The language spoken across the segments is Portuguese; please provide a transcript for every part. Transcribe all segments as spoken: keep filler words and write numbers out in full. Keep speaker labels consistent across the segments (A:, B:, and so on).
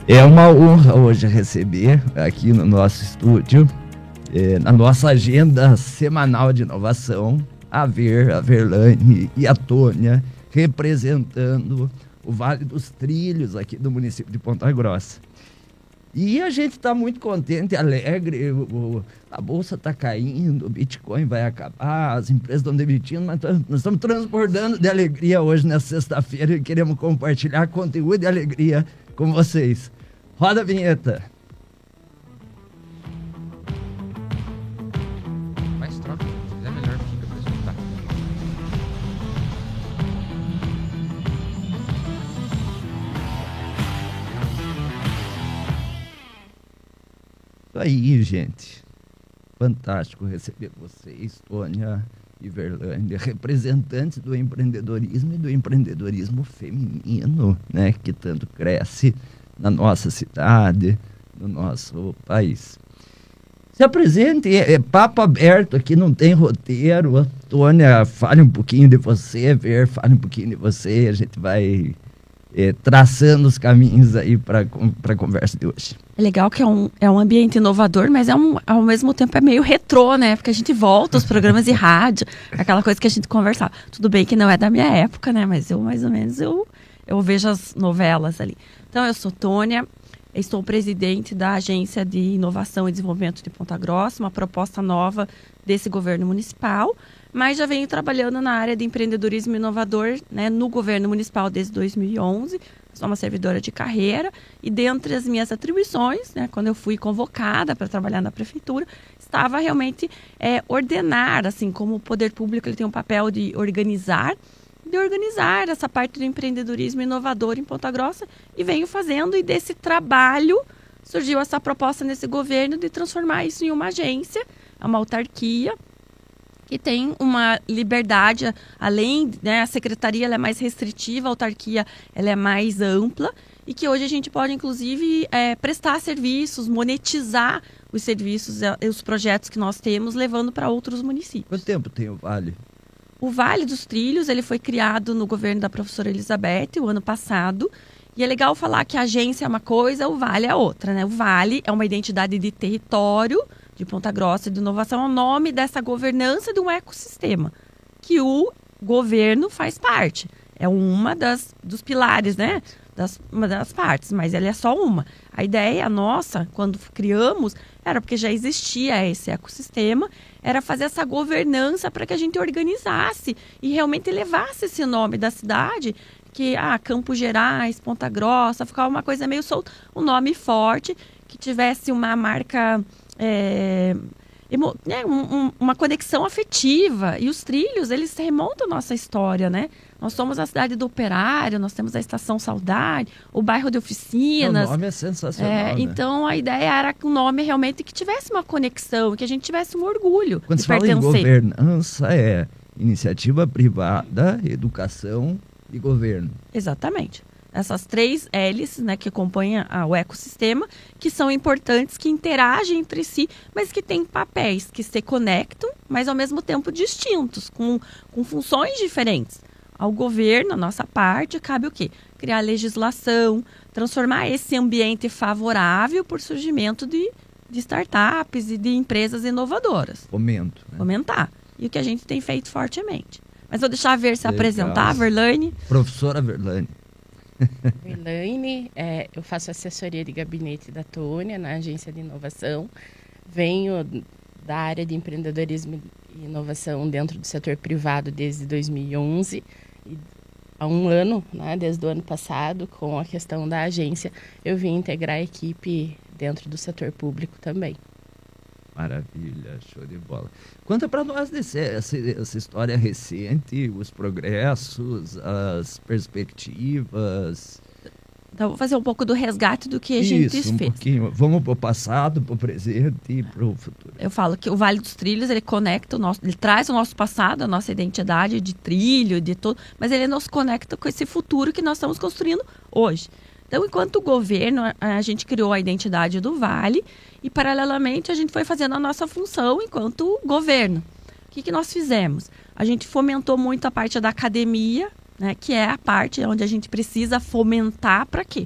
A: É uma honra hoje receber aqui no nosso estúdio, é, na nossa agenda semanal de inovação, a Ver, a Verlaine e a Tônia, representando o Vale dos Trilhos aqui do município de Ponta Grossa. E a gente está muito contente, alegre, o, o, a bolsa está caindo, o Bitcoin vai acabar, as empresas estão demitindo, mas nós estamos transbordando de alegria hoje nessa sexta-feira e queremos compartilhar conteúdo de alegria com vocês. Roda a vinheta.
B: Mais troca, se fizer melhor fica para escutar.
A: Isso aí, gente. Fantástico receber vocês, Tônia e Verlaine, representantes do empreendedorismo e do empreendedorismo feminino, né, que tanto cresce na nossa cidade, no nosso país. Se apresente, é, é papo aberto aqui, não tem roteiro. Tônia, fale um pouquinho de você, Ver, fale um pouquinho de você, a gente vai é, traçando os caminhos aí para a conversa de hoje.
C: É legal que é um, é um ambiente inovador, mas é um, ao mesmo tempo é meio retrô, né? Porque a gente volta aos programas de rádio, aquela coisa que a gente conversava. Tudo bem que não é da minha época, né? Mas eu, mais ou menos, eu, eu vejo as novelas ali. Então, eu sou Tônia, estou presidente da Agência de Inovação e Desenvolvimento de Ponta Grossa, uma proposta nova desse governo municipal, mas já venho trabalhando na área de empreendedorismo inovador, né, no governo municipal desde dois mil e onze. Sou uma servidora de carreira e dentre as minhas atribuições, né, quando eu fui convocada para trabalhar na prefeitura, estava realmente é, ordenar, assim, como o poder público ele tem um papel de organizar, de organizar essa parte do empreendedorismo inovador em Ponta Grossa, e venho fazendo, e desse trabalho surgiu essa proposta nesse governo de transformar isso em uma agência, uma autarquia, que tem uma liberdade, além, né, a secretaria ela é mais restritiva, a autarquia ela é mais ampla, e que hoje a gente pode, inclusive, é, prestar serviços, monetizar os serviços e os projetos que nós temos, levando para outros municípios.
A: Quanto tempo tem o Vale?
C: O Vale dos Trilhos, ele foi criado no governo da professora Elizabeth, o ano passado. E é legal falar que a agência é uma coisa, o Vale é outra, né? O Vale é uma identidade de território de Ponta Grossa de inovação, é o nome dessa governança de um ecossistema, que o governo faz parte. É uma das dos pilares, né? Das, uma das partes, mas ela é só uma. A ideia nossa, quando criamos, era porque já existia esse ecossistema, era fazer essa governança para que a gente organizasse e realmente levasse esse nome da cidade, que, ah, Campos Gerais, Ponta Grossa, ficava uma coisa meio solta, um nome forte, que tivesse uma marca, é, emo, né, um, um, uma conexão afetiva. E os trilhos, eles remontam a nossa história, né? Nós somos a cidade do Operário, nós temos a Estação Saudade, o bairro de Oficinas.
A: O nome é sensacional,
C: é,
A: né?
C: Então, a ideia era que o nome realmente que tivesse uma conexão, que a gente tivesse um orgulho
A: Quando
C: de
A: se fala
C: pertencer.
A: em governança, é iniciativa privada, educação e governo.
C: Exatamente. Essas três hélices, né, que acompanham a, o ecossistema, que são importantes, que interagem entre si, mas que têm papéis que se conectam, mas ao mesmo tempo distintos, com, com funções diferentes. Ao governo, a nossa parte, cabe o quê? Criar legislação, transformar esse ambiente favorável por surgimento de, de startups e de empresas inovadoras.
A: Fomento. Né?
C: Fomentar. E o que a gente tem feito fortemente. Mas vou deixar a Ver se
A: Legal.
C: apresentar, Verlaine.
A: Professora Verlaine.
D: Verlaine, é, eu faço assessoria de gabinete da Tônia na agência de inovação. Venho da área de empreendedorismo e inovação dentro do setor privado desde dois mil e onze. E há um ano, né, desde o ano passado, com a questão da agência, eu vim integrar a equipe dentro do setor público também.
A: Maravilha, show de bola. Conta para nós desse, essa, essa história recente, os progressos, as perspectivas.
C: Então, vou fazer um pouco do resgate do que a
A: Isso,
C: gente
A: um
C: fez.
A: pouquinho. Vamos para o passado, para o presente e para o futuro.
C: Eu falo que o Vale dos Trilhos, ele conecta o nosso, ele traz o nosso passado, a nossa identidade de trilho, de tudo, mas ele nos conecta com esse futuro que nós estamos construindo hoje. Então, enquanto governo, a gente criou a identidade do Vale e, paralelamente, a gente foi fazendo a nossa função enquanto governo. O que, que nós fizemos? A gente fomentou muito a parte da academia, né, que é a parte onde a gente precisa fomentar para quê?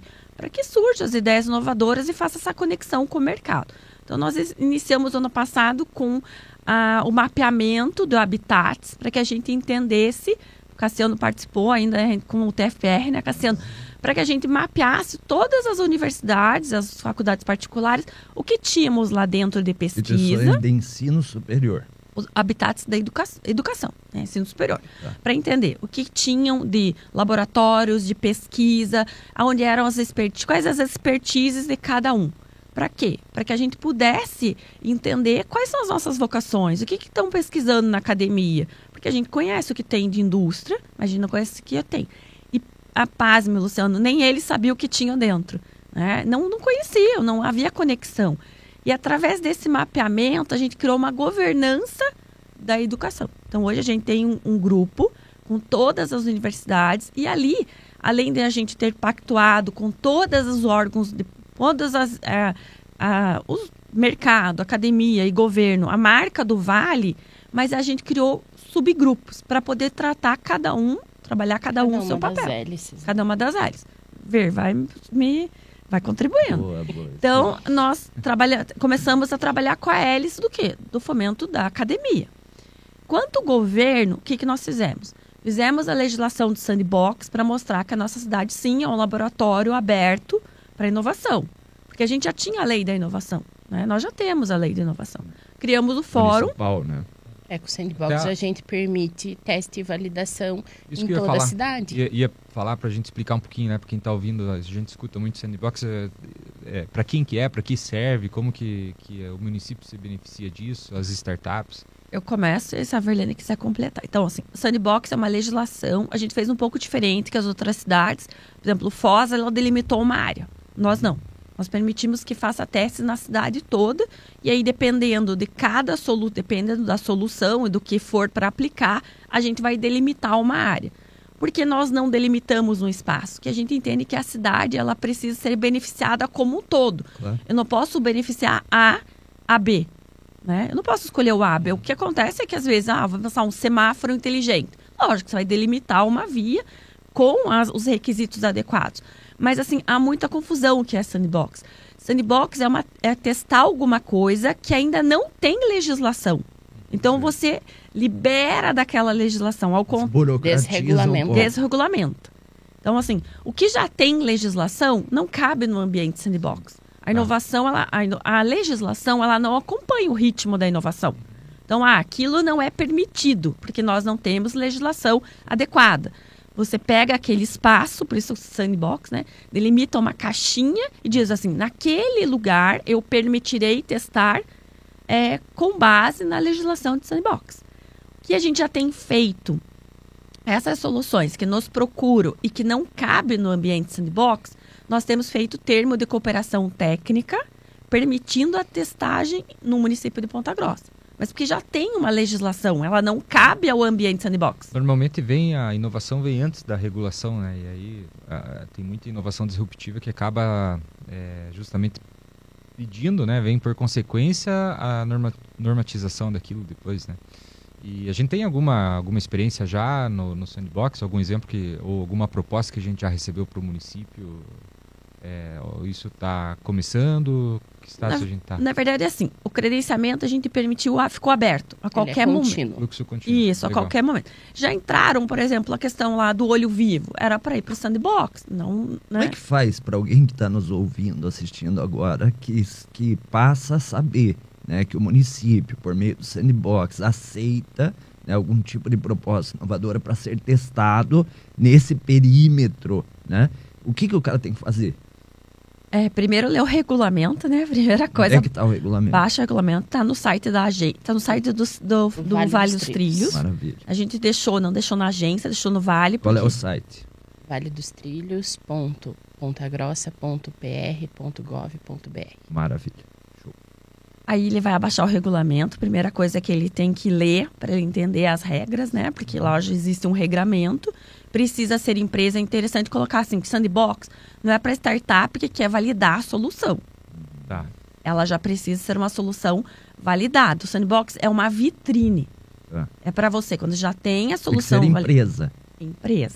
C: para que surjam as ideias inovadoras e faça essa conexão com o mercado. Então, nós iniciamos ano passado com ah, o mapeamento do Habitats, para que a gente entendesse, o Cassiano participou ainda com o T F R, né, Cassiano? Para que a gente mapeasse todas as universidades, as faculdades particulares, o que tínhamos lá dentro de pesquisa.
A: Instituições de ensino superior.
C: Os habitats da educa educação, né, ensino superior.
A: Tá.
C: Para entender o que tinham de laboratórios, de pesquisa, onde eram as expertises, quais as expertises de cada um. Para quê? Para que a gente pudesse entender quais são as nossas vocações, o que estão pesquisando na academia. Porque a gente conhece o que tem de indústria, mas a gente não conhece o que tem. E a pasme, Luciano, nem eles sabiam o que tinham dentro. Né? Não, não conheciam, não havia conexão. E através desse mapeamento, a gente criou uma governança da educação. Então, hoje a gente tem um, um grupo com todas as universidades e ali, além de a gente ter pactuado com todos os órgãos, de, todas as, é, a, os mercado, academia e governo, a marca do Vale, mas a gente criou subgrupos para poder tratar cada um, trabalhar cada, cada um o seu papel.
D: Hélices.
C: Cada uma das hélices. Ver, vai me... vai contribuindo.
A: Boa, boa.
C: Então, nós trabalha, começamos a trabalhar com a hélice do quê? Do fomento da academia. Quanto governo, o que, que nós fizemos? Fizemos a legislação de sandbox para mostrar que a nossa cidade, sim, é um laboratório aberto para inovação. Porque a gente já tinha a lei da inovação. Né? Nós já temos a lei da inovação. Criamos o fórum.
A: Municipal, né?
D: É, com o Sandbox
B: Tá.
D: a gente permite teste e validação
B: Isso
D: em
B: que eu ia
D: toda a
B: falar.
D: cidade.
B: Ia, ia falar pra gente explicar um pouquinho, né? Pra quem tá ouvindo, a gente escuta muito Sandbox. É, é, pra quem que é, pra que serve, como que, que o município se beneficia disso, as startups.
C: Eu começo e se a Verlene quiser completar. Então, assim, o Sandbox é uma legislação, a gente fez um pouco diferente que as outras cidades. Por exemplo, o Foz, ela delimitou uma área. Nós não. Nós permitimos que faça testes na cidade toda e aí, dependendo de cada solução, dependendo da solução e do que for para aplicar, a gente vai delimitar uma área. Porque nós não delimitamos um espaço, que a gente entende que a cidade ela precisa ser beneficiada como um todo.
A: Claro.
C: Eu não posso beneficiar A, a B. Né? Eu não posso escolher o A, B. O que acontece é que, às vezes, ah, vou pensar um semáforo inteligente. Lógico que você vai delimitar uma via com as, os requisitos adequados. Mas, assim, há muita confusão o que é sandbox. Sandbox é, uma, é testar alguma coisa que ainda não tem legislação. Então, você libera daquela legislação. Ao con...
D: Desregulamento.
A: um pouco.
C: Desregulamento. Então, assim, o que já tem legislação não cabe no ambiente sandbox. A inovação, ela, a, ino- a legislação, ela não acompanha o ritmo da inovação. Então, ah, aquilo não é permitido, porque nós não temos legislação adequada. Você pega aquele espaço, por isso o sandbox, né? Delimita uma caixinha e diz assim, naquele lugar eu permitirei testar é, com base na legislação de sandbox. O que a gente já tem feito, essas soluções que nos procuram e que não cabem no ambiente sandbox, nós temos feito termo de cooperação técnica, permitindo a testagem no município de Ponta Grossa. Mas porque já tem uma legislação, ela não cabe ao ambiente sandbox.
B: Normalmente vem a inovação vem antes da regulação, né? E aí ah, tem muita inovação disruptiva que acaba é, justamente pedindo, né? Vem por consequência a norma, normatização daquilo depois, né? E a gente tem alguma, alguma experiência já no, no Sandbox, algum exemplo que, ou alguma proposta que a gente já recebeu para o município? É, ou isso está começando? Que status
C: Na-
B: a gente está?
C: Na verdade, é assim, o credenciamento a gente permitiu, ah, ficou aberto a
D: Ele
C: qualquer
D: é
C: momento.
D: contínuo.
B: Fluxo contínuo.
C: Isso, a
B: Legal.
C: qualquer momento. Já entraram, por exemplo, a questão lá do olho vivo. Era para ir para o sandbox, não,
A: Como é
C: né?
A: que faz para alguém que está nos ouvindo, assistindo agora, que, que passa a saber, né, que o município, por meio do Sandbox, aceita, né, algum tipo de proposta inovadora para ser testado nesse perímetro, né? O que, que o cara tem que fazer?
C: É, primeiro ler o regulamento, né? Primeira
A: Onde
C: coisa,
A: é que está o regulamento?
C: baixa o regulamento, tá no site da agência, tá no site do, do, do Vale,
D: Vale
C: dos
D: dos
C: Trilhos.
D: Trilhos.
A: Maravilha.
C: A gente deixou, não deixou na agência, deixou no Vale.
A: Qual é
C: porque-
A: o site?
D: vale dos trilhos ponto pontagrossa ponto p r ponto gov ponto b r.
A: Maravilha.
C: Aí ele vai abaixar o regulamento. Primeira coisa que ele tem que ler para ele entender as regras, né? Porque lá já existe um regramento. Precisa ser empresa. É interessante colocar assim, que sandbox não é para startup que quer validar a solução.
B: Tá.
C: Ela já precisa ser uma solução validada. O sandbox é uma vitrine.
A: Tá.
C: É para você, quando já tem a
A: Tem que
C: solução
A: ser
C: vali-
A: empresa.
C: empresa.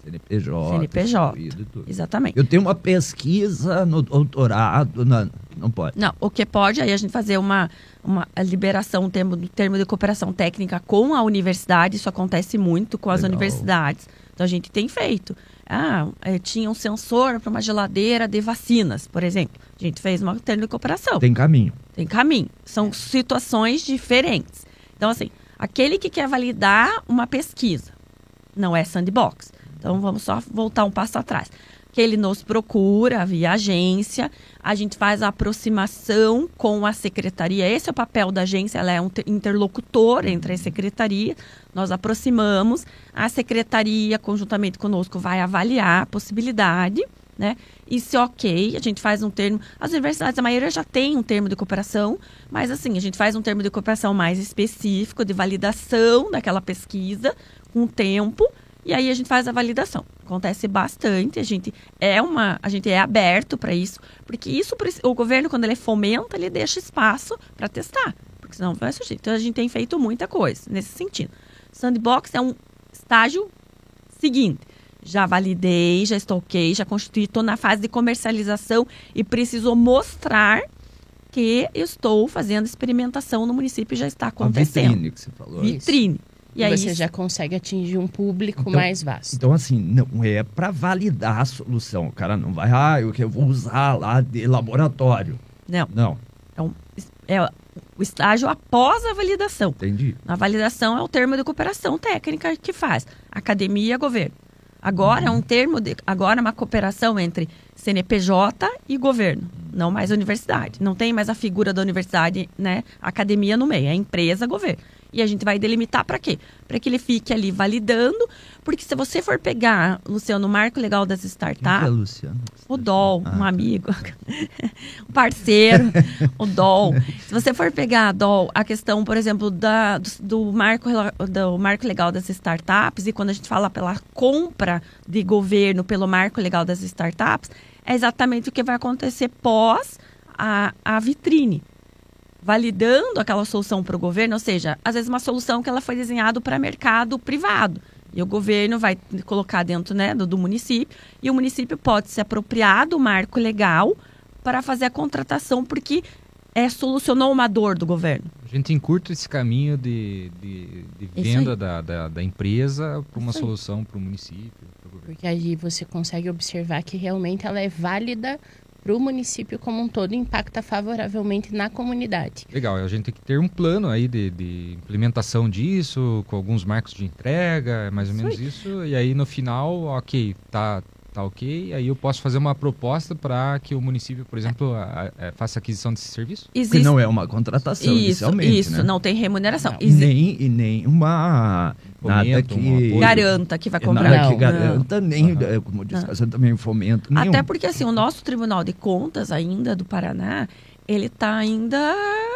A: C N P J.
C: C N P J,
A: e tudo.
C: exatamente.
A: Eu tenho uma pesquisa no doutorado, na, não pode.
C: Não, o que pode aí a gente fazer uma, uma liberação, um termo, um termo de cooperação técnica com a universidade, isso acontece muito com as
A: Legal.
C: universidades. Então a gente tem feito. Ah, é, tinha um sensor para uma geladeira de vacinas, por exemplo. A gente fez um termo de cooperação.
A: Tem caminho.
C: Tem caminho. São situações diferentes. Então, assim, aquele que quer validar uma pesquisa, não é sandbox. Então, vamos só voltar um passo atrás. Que ele nos procura via agência, a gente faz a aproximação com a secretaria. Esse é o papel da agência, ela é um interlocutor entre as secretarias. Nós aproximamos, a secretaria, conjuntamente conosco, vai avaliar a possibilidade, né? E se ok, a gente faz um termo. As universidades, a maioria já tem um termo de cooperação, mas assim, a gente faz um termo de cooperação mais específico, de validação daquela pesquisa, com tempo. E aí a gente faz a validação. Acontece bastante, a gente é uma, a gente é aberto para isso, porque isso o governo, quando ele fomenta, ele deixa espaço para testar, porque senão vai surgir. Então a gente tem feito muita coisa nesse sentido. Sandbox é um estágio seguinte. Já validei, já estoquei, já constituí, estou na fase de comercialização e preciso mostrar que eu estou fazendo experimentação no município e já está acontecendo.
A: A vitrine que você falou.
C: Vitrine.
D: E, e aí você já consegue atingir um público
A: então,
D: mais vasto.
A: Então, assim, não é para validar a solução. O cara não vai, ah, eu, eu vou usar lá de laboratório.
C: Não.
A: Não.
C: Então, é o estágio após a validação.
A: Entendi.
C: A validação é o termo de cooperação técnica que faz academia e governo. Agora uhum. é um termo de, agora é uma cooperação entre C N P J e governo, não mais a universidade. Não tem mais a figura da universidade, né, academia no meio, é empresa, governo. E a gente vai delimitar para quê? Para que ele fique ali validando, porque se você for pegar, Luciano, o marco legal das startups...
A: Quem que é Luciano?
C: O D O L,
A: ah,
C: um amigo, um parceiro, o D O L. Se você for pegar, D O L, a questão, por exemplo, da, do, do, marco, do marco legal das startups, e quando a gente fala pela compra de governo pelo marco legal das startups, é exatamente o que vai acontecer pós a, a vitrine. Validando aquela solução para o governo, ou seja, às vezes uma solução que ela foi desenhada para mercado privado. E o governo vai colocar dentro, né, do, do município, e o município pode se apropriar do marco legal para fazer a contratação, porque é, solucionou uma dor do governo.
B: A gente encurta esse caminho de, de, de venda da, da, da empresa para uma solução para o município.
D: Porque aí você consegue observar que realmente ela é válida para o município como um todo, impacta favoravelmente na comunidade.
B: Legal, a gente tem que ter um plano aí de, de implementação disso, com alguns marcos de entrega, mais ou menos isso, isso e aí no final, ok, tá, tá ok, aí eu posso fazer uma proposta para que o município, por exemplo, a, a, faça aquisição desse serviço?
C: Existe...
A: Que não é uma contratação
C: isso,
A: inicialmente,
C: Isso,
A: né?
C: não tem remuneração.
A: Não. E, nem, e nem uma... Nada
B: Fomento,
A: que...
B: Um
C: garanta que vai comprar.
A: Nada que
D: não,
A: garanta,
C: não.
A: nem,
B: Uhum.
A: como disse, você também fomento nenhum.
C: Até porque, assim, o nosso Tribunal de Contas ainda do Paraná, ele está ainda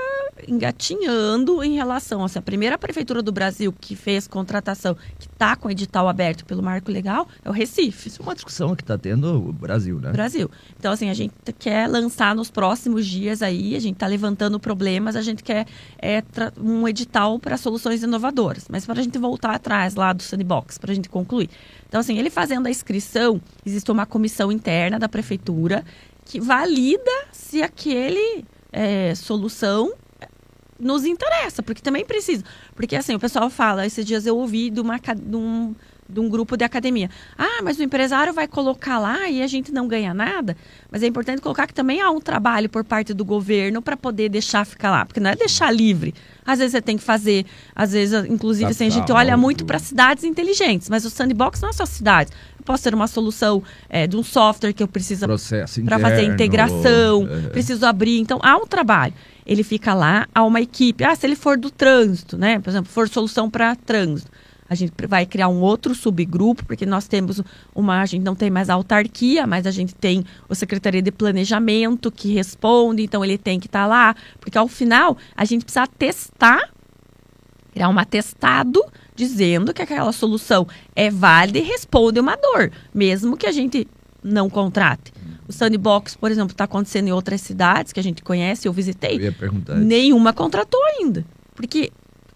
C: engatinhando em relação, assim, a primeira prefeitura do Brasil que fez contratação, que está com o edital aberto pelo marco legal, é o Recife.
A: Isso é uma discussão que está tendo o Brasil, né?
C: Brasil. Então, assim, a gente quer lançar nos próximos dias aí, a gente está levantando problemas, a gente quer é, um edital para soluções inovadoras. Mas para a gente voltar atrás lá do Sandbox, para a gente concluir. Então, assim, ele fazendo a inscrição, existe uma comissão interna da prefeitura que valida se aquele é, solução nos interessa, porque também precisa. Porque, assim, o pessoal fala, esses dias eu ouvi de, uma, de, um, de um grupo de academia. Ah, mas o empresário vai colocar lá e a gente não ganha nada. Mas é importante colocar que também há um trabalho por parte do governo para poder deixar ficar lá. Porque não é deixar livre. Às vezes você tem que fazer, às vezes, inclusive, assim, a gente olha muito para cidades inteligentes, mas o Sandbox não é só cidades. Eu posso ter uma solução é, de um software que eu preciso para fazer integração, é. preciso abrir. Então, há um trabalho. Ele fica lá, há uma equipe. Ah, se ele for do trânsito, né? Por exemplo, for solução para trânsito. A gente vai criar um outro subgrupo, porque nós temos uma... A gente não tem mais a autarquia, mas a gente tem a Secretaria de Planejamento que responde, então ele tem que estar lá. Porque, ao final, a gente precisa testar, criar um atestado dizendo que aquela solução é válida e responde uma dor, mesmo que a gente não contrate. O Sandbox, por exemplo, está acontecendo em outras cidades que a gente conhece, eu visitei.
A: Eu ia perguntar.
C: Nenhuma contratou ainda. Porque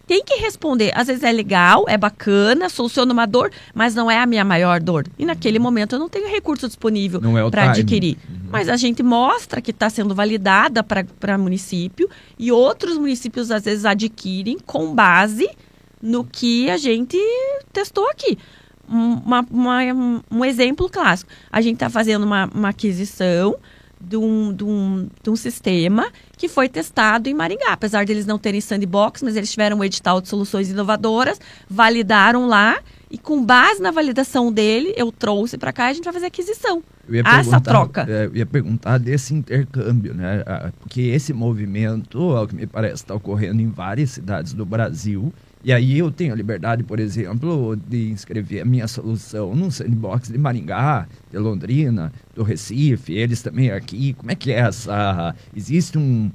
C: tem que responder. Às vezes é legal, é bacana, soluciona uma dor, mas não é a minha maior dor. E naquele momento eu não tenho recurso disponível
A: é
C: para adquirir. Uhum. Mas a gente mostra que está sendo validada para município e outros municípios às vezes adquirem com base no que a gente testou aqui. Uma, uma, um exemplo clássico. A gente está fazendo uma, uma aquisição de um, de, um, de um sistema que foi testado em Maringá. Apesar de eles não terem sandbox, mas eles tiveram um edital de soluções inovadoras, validaram lá e com base na validação dele, eu trouxe para cá e a gente vai fazer aquisição. Ah, essa troca.
A: Eu ia perguntar desse intercâmbio, né? Porque esse movimento, ao que me parece, está ocorrendo em várias cidades do Brasil. E aí eu tenho a liberdade, por exemplo, de inscrever a minha solução num sandbox de Maringá, de Londrina, do Recife, eles também aqui. Como é que é essa... Existe um,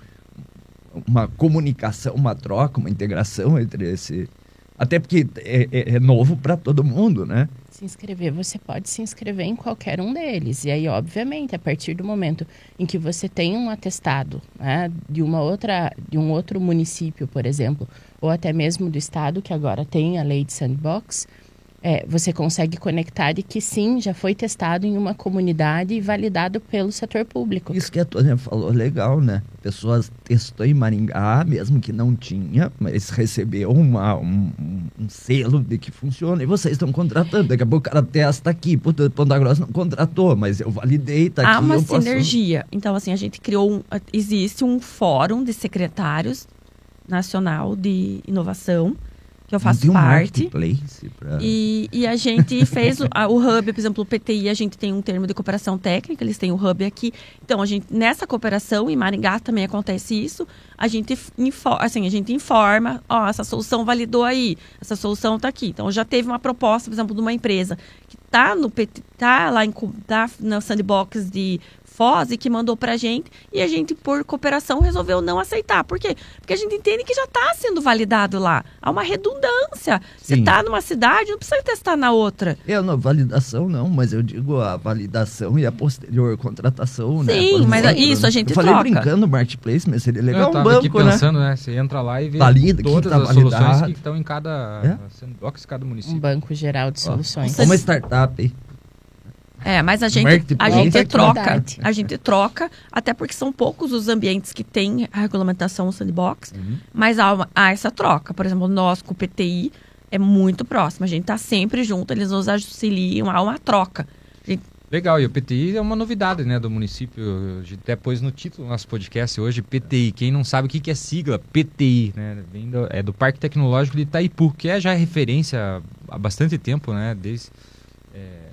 A: uma comunicação, uma troca, uma integração entre esse... Até porque é, é, é novo para todo mundo, né?
D: Se inscrever, você pode se inscrever em qualquer um deles. E aí, obviamente, a partir do momento em que você tem um atestado, né, de uma outra, de um outro município, por exemplo, ou até mesmo do estado, que agora tem a lei de sandbox, é, você consegue conectar de que sim, já foi testado em uma comunidade e validado pelo setor público.
A: Isso que a Tônia falou, legal, né? A pessoa testou em Maringá, mesmo que não tinha, mas recebeu uma, um, um selo de que funciona e vocês estão contratando. Daqui a pouco o cara testa aqui, puta, Ponta Grossa não contratou, mas eu validei, tá aqui.
C: Há uma
A: eu posso...
C: sinergia. Então, assim, a gente criou, um, existe um fórum de secretários nacional de inovação, que eu faço
A: tem um
C: parte.
A: Pra...
C: E, e a gente fez o, a, o hub, por exemplo, o P T I, a gente tem um termo de cooperação técnica, eles têm o hub aqui. Então, a gente, nessa cooperação, em Maringá também acontece isso, a gente, info, assim, a gente informa, ó, essa solução validou aí, essa solução está aqui. Então, já teve uma proposta, por exemplo, de uma empresa que está no P T, tá lá em, tá no sandbox de Foz e que mandou pra gente e a gente, por cooperação, resolveu não aceitar. Por quê? Porque a gente entende que já está sendo validado lá. Há uma redundância. Se está numa cidade, não precisa testar na outra.
A: Eu não, validação não, mas eu digo a validação e a posterior contratação,
C: Sim,
A: né?
C: Sim, mas exemplo, isso a gente
A: eu
C: troca.
A: Eu falei brincando, Marketplace, mas seria legal
B: eu
A: um banco,
B: aqui pensando, né? né? Você entra lá e vê
A: Valida,
B: todas
A: tá
B: as
A: validado.
B: soluções que estão em cada é? sandbox, cada município.
D: Um banco geral de soluções.
A: Ó, uma startup aí.
C: É, mas a gente, a gente troca, a gente troca, até porque são poucos os ambientes que têm a regulamentação sandbox, uhum. mas há, há essa troca. Por exemplo, nós com o P T I é muito próximo, a gente está sempre junto, eles nos auxiliam, há uma troca. Gente...
B: Legal, e o P T I é uma novidade, né, do município, a gente até pôs no título do nosso podcast hoje, P T I. Quem não sabe o que é sigla, P T I, né, vem do, é do Parque Tecnológico de Itaipu, que é já referência há bastante tempo, né, desde... É,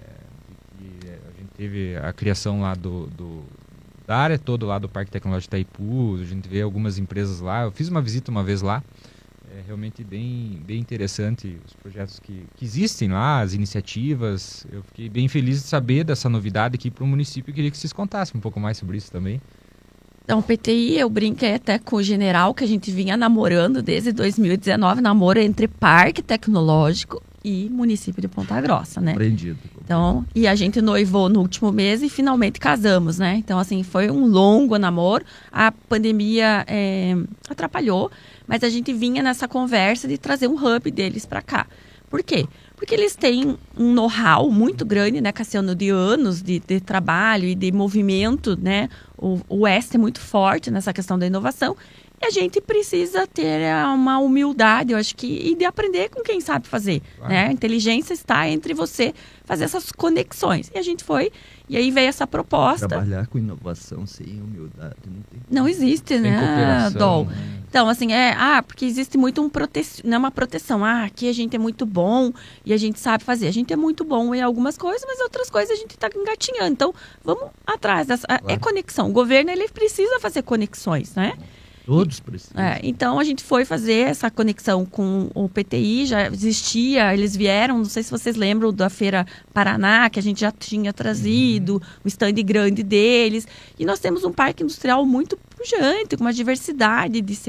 B: teve a criação lá do, do, da área toda lá do Parque Tecnológico de Itaipu, a gente vê algumas empresas lá, eu fiz uma visita uma vez lá, é realmente bem, bem interessante os projetos que, que existem lá, as iniciativas, eu fiquei bem feliz de saber dessa novidade aqui para o município e queria que vocês contassem um pouco mais sobre isso também.
C: Então, o P T I, eu brinquei até com o general, que a gente vinha namorando desde dois mil e dezenove, namoro entre Parque Tecnológico e município de Ponta Grossa, né?
A: Aprendido.
C: Então, e a gente noivou no último mês e finalmente casamos, né? Então, assim, foi um longo namoro. A pandemia é, atrapalhou, mas a gente vinha nessa conversa de trazer um hub deles para cá. Por quê? Porque eles têm um know-how muito grande, né, Cassiano, de anos de, de trabalho e de movimento, né? O, o Oeste é muito forte nessa questão da inovação. E a gente precisa ter uma humildade, eu acho que, e de aprender com quem sabe fazer, claro. Né? A inteligência está entre você fazer essas conexões. E a gente foi, e aí veio essa proposta.
A: Trabalhar com inovação sem humildade não tem.
C: Não existe, sem né, Dol? Né? Então, assim, é, ah, porque existe muito um proteção, não é uma proteção. Ah, aqui a gente é muito bom e a gente sabe fazer. A gente é muito bom em algumas coisas, mas outras coisas a gente está engatinhando. Então, vamos atrás dessa. Claro. É conexão. O governo, ele precisa fazer conexões, né?
A: Todos precisam.
C: É, então a gente foi fazer essa conexão com o P T I, já existia, eles vieram, não sei se vocês lembram da Feira Paraná, que a gente já tinha trazido, uhum. o stand grande deles. E nós temos um parque industrial muito pujante, com uma diversidade de,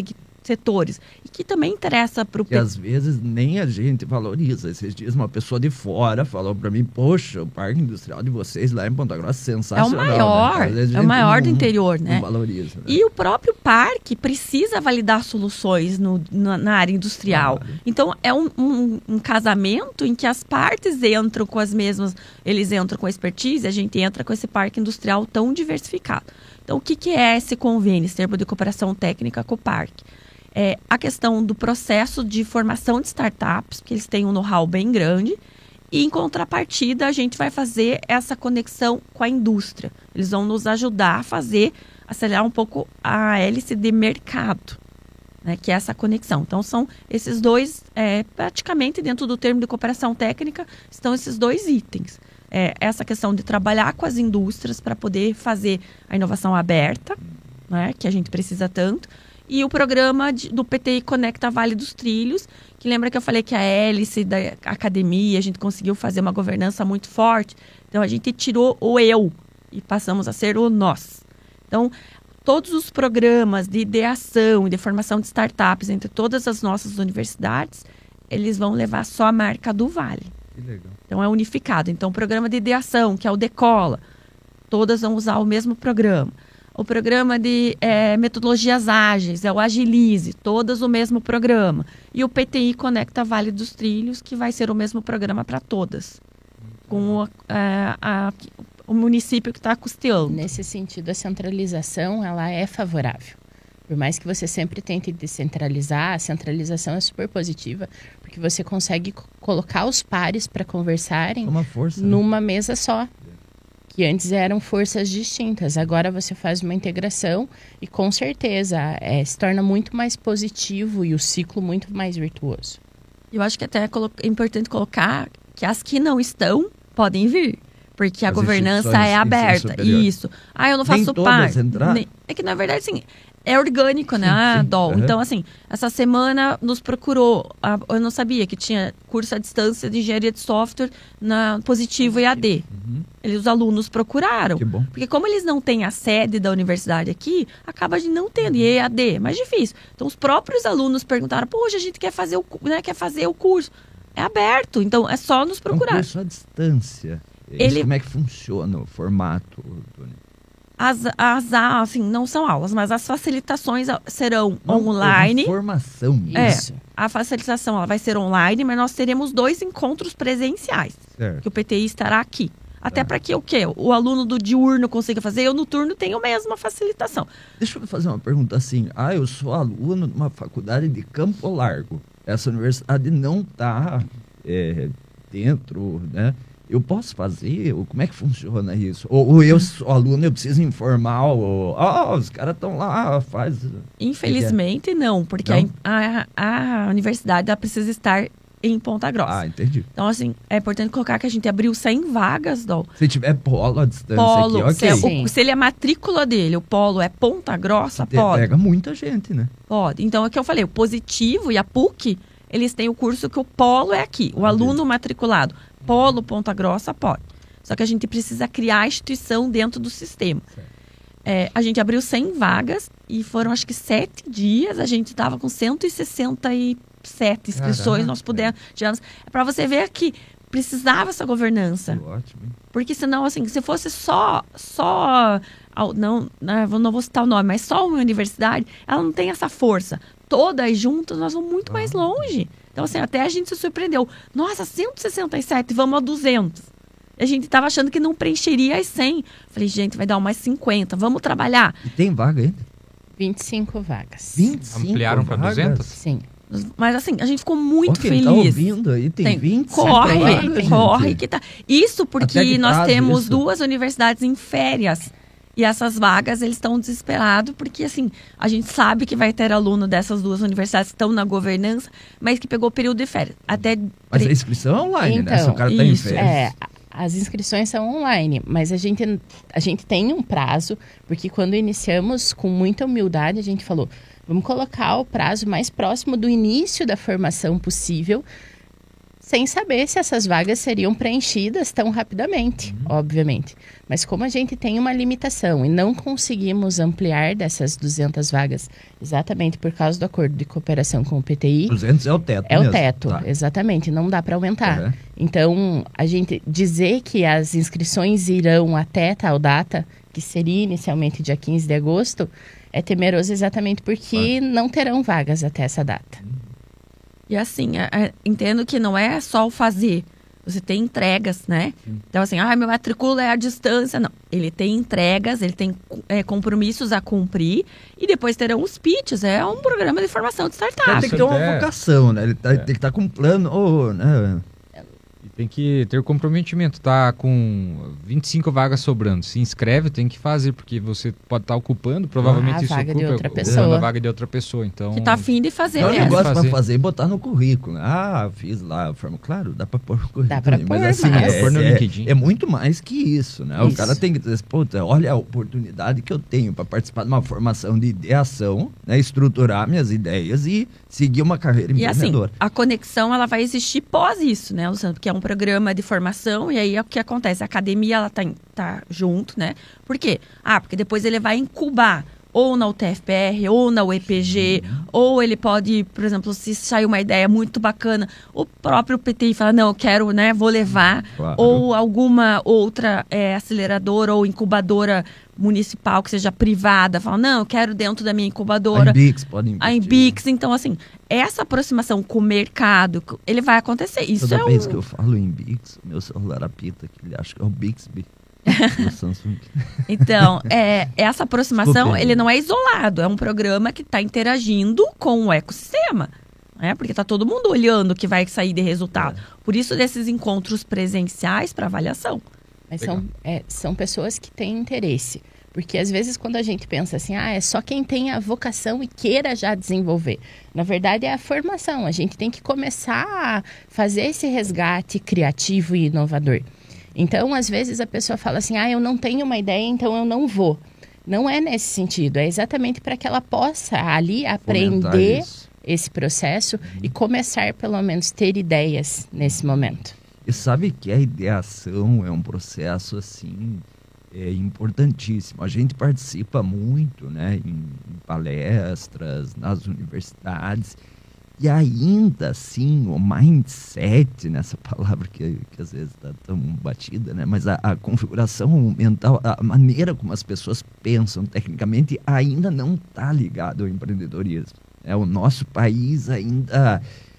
C: setores. E que também interessa para o...
A: Que às vezes nem a gente valoriza. Esses dias uma pessoa de fora falou para mim, poxa, o parque industrial de vocês lá em Ponta Grossa é sensacional.
C: É o maior,
A: né?
C: é o maior do interior, né?
A: Não valoriza, né?
C: E o próprio parque precisa validar soluções no, na, na área industrial.
A: Claro.
C: Então, é um, um, um casamento em que as partes entram com as mesmas, eles entram com expertise, a gente entra com esse parque industrial tão diversificado. Então, o que, que é esse convênio, esse termo de cooperação técnica com o parque? É a questão do processo de formação de startups, porque eles têm um know-how bem grande, e em contrapartida a gente vai fazer essa conexão com a indústria. Eles vão nos ajudar a fazer, acelerar um pouco a hélice de mercado, né, que é essa conexão. Então são esses dois, é, praticamente dentro do termo de cooperação técnica, estão esses dois itens. É, essa questão de trabalhar com as indústrias para poder fazer a inovação aberta, né, que a gente precisa tanto, e o programa de, do P T I Conecta Vale dos Trilhos, que lembra que eu falei que a hélice da academia, a gente conseguiu fazer uma governança muito forte. Então, a gente tirou o eu e passamos a ser o nós. Então, todos os programas de ideação e de formação de startups entre todas as nossas universidades, eles vão levar só a marca do Vale.
A: Que legal.
C: Então, é unificado. Então, o programa de ideação, que é o Decola, todas vão usar o mesmo programa. O programa de é, metodologias ágeis, é o Agilize, todas o mesmo programa. E o P T I Conecta Vale dos Trilhos, que vai ser o mesmo programa para todas, com o, a, a, o município que está custeando.
D: Nesse sentido, a centralização ela é favorável. Por mais que você sempre tente descentralizar, a centralização é super positiva, porque você consegue co- colocar os pares para conversarem
A: Uma força, né?
D: numa mesa só. Que antes eram forças distintas. Agora você faz uma integração e com certeza é, se torna muito mais positivo e o ciclo muito mais virtuoso.
C: Eu acho que até é importante colocar que as que não estão podem vir. Porque a
A: As
C: governança
A: instituições
C: é
A: ensino
C: aberta.
A: superior.
C: Isso. Ah, eu não
A: Nem
C: faço
A: todas
C: parte.
A: entrar?
C: Nem- É que, na verdade, assim, é orgânico, né, a
A: sim.
C: Dol?
A: Uhum.
C: Então, assim, essa semana nos procurou. a- Eu não sabia que tinha curso à distância de engenharia de software na Positivo E A D.
A: Uhum.
C: Eles, os alunos procuraram.
A: Que bom.
C: Porque como eles não têm a sede da universidade aqui, acaba de não tendo E A D, mais difícil. Então os próprios alunos perguntaram, poxa, a gente quer fazer o, cu- né, quer fazer o curso. É aberto, então é só nos
A: É um
C: procurar.
A: curso à distância.
C: Ele-
A: Isso, como é que funciona o formato, Tony?
C: As, as, assim, não são aulas, mas as facilitações serão
A: Não,
C: online.
A: é uma formação.
C: É.
D: Isso.
C: A facilitação ela vai ser online, mas nós teremos dois encontros presenciais,
A: Certo.
C: que o P T I estará aqui. Até
A: Tá.
C: para que o quê? O aluno do diurno consiga fazer, eu no turno tenho mesmo a facilitação.
A: Deixa eu fazer uma pergunta assim. Ah, eu sou aluno de uma faculdade de Campo Largo. Essa universidade não está dentro, né? Eu posso fazer? Ou como é que funciona isso? Ou, ou eu sou aluno, eu preciso informar, ou ah, os caras estão lá, faz...
C: Infelizmente, não, porque
A: Não?
C: A, a, a universidade ela precisa estar em Ponta Grossa.
A: Ah, entendi.
C: Então, assim, é importante colocar que a gente abriu cem vagas, Dol.
A: Se tiver polo à distância
C: Polo,
A: aqui,
C: se, é,
A: ok.
D: Sim.
C: o, se ele é a matrícula dele, o polo é Ponta Grossa,
A: Te-
C: pode.
A: Pega muita gente, né?
C: Pode. Então, é o que eu falei, o Positivo e a P U C, eles têm o curso que o polo é aqui. O aluno matriculado, polo Ponta Grossa, pode. Só que a gente precisa criar a instituição dentro do sistema. É, a gente abriu cem vagas e foram, acho que, sete dias. A gente estava com cento e sessenta e sete inscrições.
A: Caraca.
C: Nós pudemos... É para você ver que precisava essa governança.
A: Ótimo. hein?
C: Porque senão, assim, se fosse só, só, ao- não, né, vou- não vou citar o nome, mas só uma universidade, ela não tem essa força. Todas juntas, nós vamos muito mais longe. Então, assim, até a gente se surpreendeu. Nossa, cento e sessenta e sete, vamos a duzentos. A gente estava achando que não preencheria as cem. Falei, gente, vai dar umas cinquenta, vamos trabalhar.
A: E tem vaga ainda?
D: vinte e cinco vagas.
A: vinte e cinco
B: Ampliaram para
A: vagas?
B: duzentos?
D: Sim.
C: Mas, assim, a gente ficou muito
A: Ó, quem
C: feliz.
A: tá ouvindo aí tem,
C: Tem.
A: vinte e cinco
C: Corre,
A: vagas,
C: corre
A: gente.
C: que tá. Isso porque
A: Até que
C: nós
A: prazo
C: temos
A: isso?
C: duas universidades em férias. E essas vagas, eles estão desesperados, porque assim, a gente sabe que vai ter aluno dessas duas universidades que estão na governança, mas que pegou o período de férias. Até
A: Mas a inscrição é online, né? Se o
D: Então,
A: cara tá em
C: isso,
A: férias.
D: É, a- as inscrições são online, mas a gente, a gente tem um prazo, porque quando iniciamos, com muita humildade, a gente falou, vamos colocar o prazo mais próximo do início da formação possível. sem saber se essas vagas seriam preenchidas tão rapidamente, uhum. obviamente. Mas como a gente tem uma limitação e não conseguimos ampliar dessas duzentas vagas, exatamente por causa do acordo de cooperação com o P T I...
A: duzentos é o teto
D: É
A: mesmo.
D: o teto,
A: tá.
D: exatamente, não dá para aumentar.
A: Uhum.
D: Então, a gente dizer que as inscrições irão até tal data, que seria inicialmente dia quinze de agosto, é temeroso exatamente porque uhum. não terão vagas até essa data.
C: E assim, a, a, entendo que não é só o fazer, você tem entregas, né? Sim. Então assim, ah, meu matrícula é à distância. Não, ele tem entregas, ele tem é, compromissos a cumprir e depois terão os pitches, é um programa de formação de startup.
A: Ele tem que ter uma
B: é.
A: vocação, né? Ele tá,
B: é.
A: tem que estar com um plano, oh, né?
B: Tem que ter comprometimento, tá com vinte e cinco vagas sobrando. Se inscreve, tem que fazer, porque você pode estar ocupando, provavelmente
D: ah, a
B: isso
D: vaga
B: ocupa
D: de outra pessoa.
B: a vaga de outra pessoa. Então,
C: que tá afim de fazer
A: é um
C: mesmo.
A: negócio
B: fazer.
A: pra fazer e botar no currículo. Ah, fiz lá a forma. Claro, dá pra pôr no currículo.
D: Dá pra
A: mas
D: pôr,
A: assim,
D: mas...
A: é,
B: Pôr no
A: é,
B: LinkedIn.
A: é muito mais que isso, né?
D: Isso.
A: O cara tem que dizer, puta, olha a oportunidade que eu tenho para participar de uma formação de ideação, né? Estruturar minhas ideias e seguir uma carreira
C: E assim,
A: empreendedora.
C: a conexão ela vai existir pós isso, né, Luciano? Porque é um programa de formação e aí é o que acontece. A academia, ela tá, tá junto, né? Por quê? Ah, porque depois ele vai incubar ou na U T F P R, ou na U E P G, uhum. ou ele pode, por exemplo, se sair uma ideia muito bacana, o próprio P T I fala, não, eu quero, né, vou levar,
A: claro.
C: Ou alguma outra é, aceleradora ou incubadora municipal que seja privada, fala, não, eu quero dentro da minha incubadora.
A: A Inbix pode investir.
C: A Inbix, então assim, essa aproximação com o mercado, ele vai acontecer. Isso
A: Toda
C: é
A: vez
C: um...
A: que eu falo Inbix, meu celular apita, que ele acha que é o Bixby. do Samsung.
C: Então, é, essa aproximação,
A: Desculpa,
C: ele não é isolado, é um programa que está interagindo com o ecossistema, né? Porque está todo mundo olhando o que vai sair de resultado. É. Por isso, desses encontros presenciais para avaliação.
D: Mas são, é, são pessoas que têm interesse. Porque às vezes quando a gente pensa assim, ah, é só quem tem a vocação e queira já desenvolver. Na verdade é a formação, a gente tem que começar a fazer esse resgate criativo e inovador. Então, às vezes a pessoa fala assim, ah, eu não tenho uma ideia, então eu não vou. Não é nesse sentido, é exatamente para que ela possa ali aprender esse processo uhum. e começar pelo menos ter ideias nesse momento.
A: E sabe que a ideação é um processo assim... é importantíssimo. A gente participa muito, né, em, em palestras, nas universidades, e ainda assim o mindset, nessa palavra que, que às vezes está tão batida, né, mas a, a configuração mental, a maneira como as pessoas pensam tecnicamente ainda não está ligado ao empreendedorismo. É, o nosso país ainda...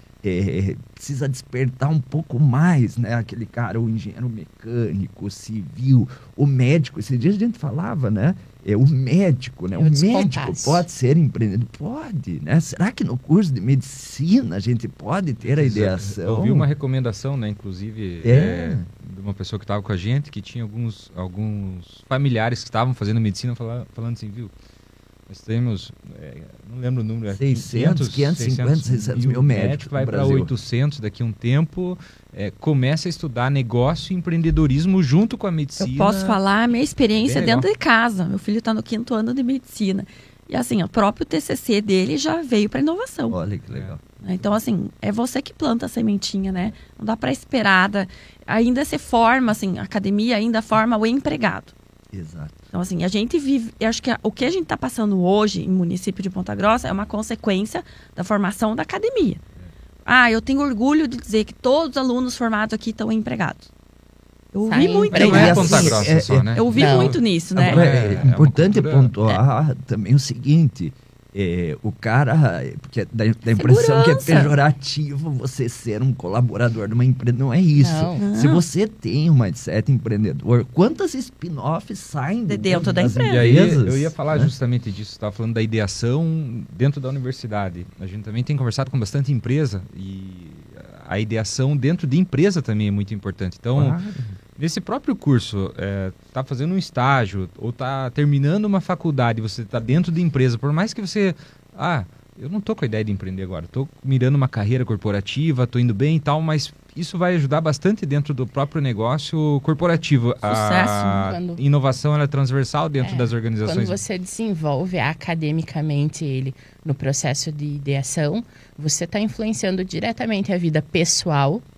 A: É, precisa despertar um pouco mais, né? Aquele cara, o engenheiro mecânico, o civil, o médico. Esses dias a gente falava, né? É, o médico, né?
D: Eu
A: o médico
D: descompasso.
A: pode ser empreendedor? Pode, né? Será que no curso de medicina a gente pode ter a ideação?
B: Eu vi uma recomendação, né? Inclusive,
A: é.
B: É, de uma pessoa que estava com a gente, que tinha alguns, alguns familiares que estavam fazendo medicina, falando, falando assim, viu? Nós temos, é, não lembro o número, é
A: seiscentos, quinhentos e cinquenta, seiscentos mil médicos.
B: Vai para oitocentos daqui a um tempo, é, começa a estudar negócio e empreendedorismo junto com a medicina.
C: Eu posso falar a minha experiência
B: Bem
C: dentro
B: legal.
C: de casa. Meu filho está no quinto ano de medicina. E assim, o próprio T C C dele já veio para inovação.
A: Olha que legal.
C: Então, assim, é você que planta a sementinha, né? Não dá para esperar. Ainda se forma, assim, a academia ainda forma o empregado.
A: Exato.
C: Então, assim, a gente vive... Eu acho que a, o que a gente está passando hoje em município de Ponta Grossa é uma consequência da formação da academia. Ah, eu tenho orgulho de dizer que todos os alunos formados aqui estão empregados. Eu ouvi
D: Saem
C: muito
B: Não é
C: nisso.
B: Ponta Grossa
A: é,
B: só, né?
C: Eu ouvi
D: Não.
C: muito nisso, né?
A: Agora,
B: É,
A: é,
B: é uma
A: importante
B: cultura-
A: pontuar também o seguinte, é, o cara, porque dá, dá a impressão que é
C: Segurança.
A: pejorativo você ser um colaborador de uma empresa, não é isso.
D: Não.
C: Não.
A: Se você tem um mindset empreendedor, quantas spin-offs saem
C: De dentro da
A: das
C: empresa.
B: E aí,
A: empresas,
B: eu ia falar
A: né?
B: justamente disso, você estava falando da ideação dentro da universidade. A gente também tem conversado com bastante empresa e a ideação dentro de empresa também é muito importante. Então,
A: Claro.
B: nesse próprio curso, está fazendo um estágio ou está terminando uma faculdade, você está dentro de empresa, por mais que você... Ah, eu não estou com a ideia de empreender agora, estou mirando uma carreira corporativa, estou indo bem e tal, mas isso vai ajudar bastante dentro do próprio negócio corporativo.
C: Sucesso,
B: A
D: quando-
B: inovação ela é transversal dentro
D: É,
B: das organizações.
D: Quando você desenvolve academicamente ele no processo de ideação, você está influenciando diretamente a vida pessoal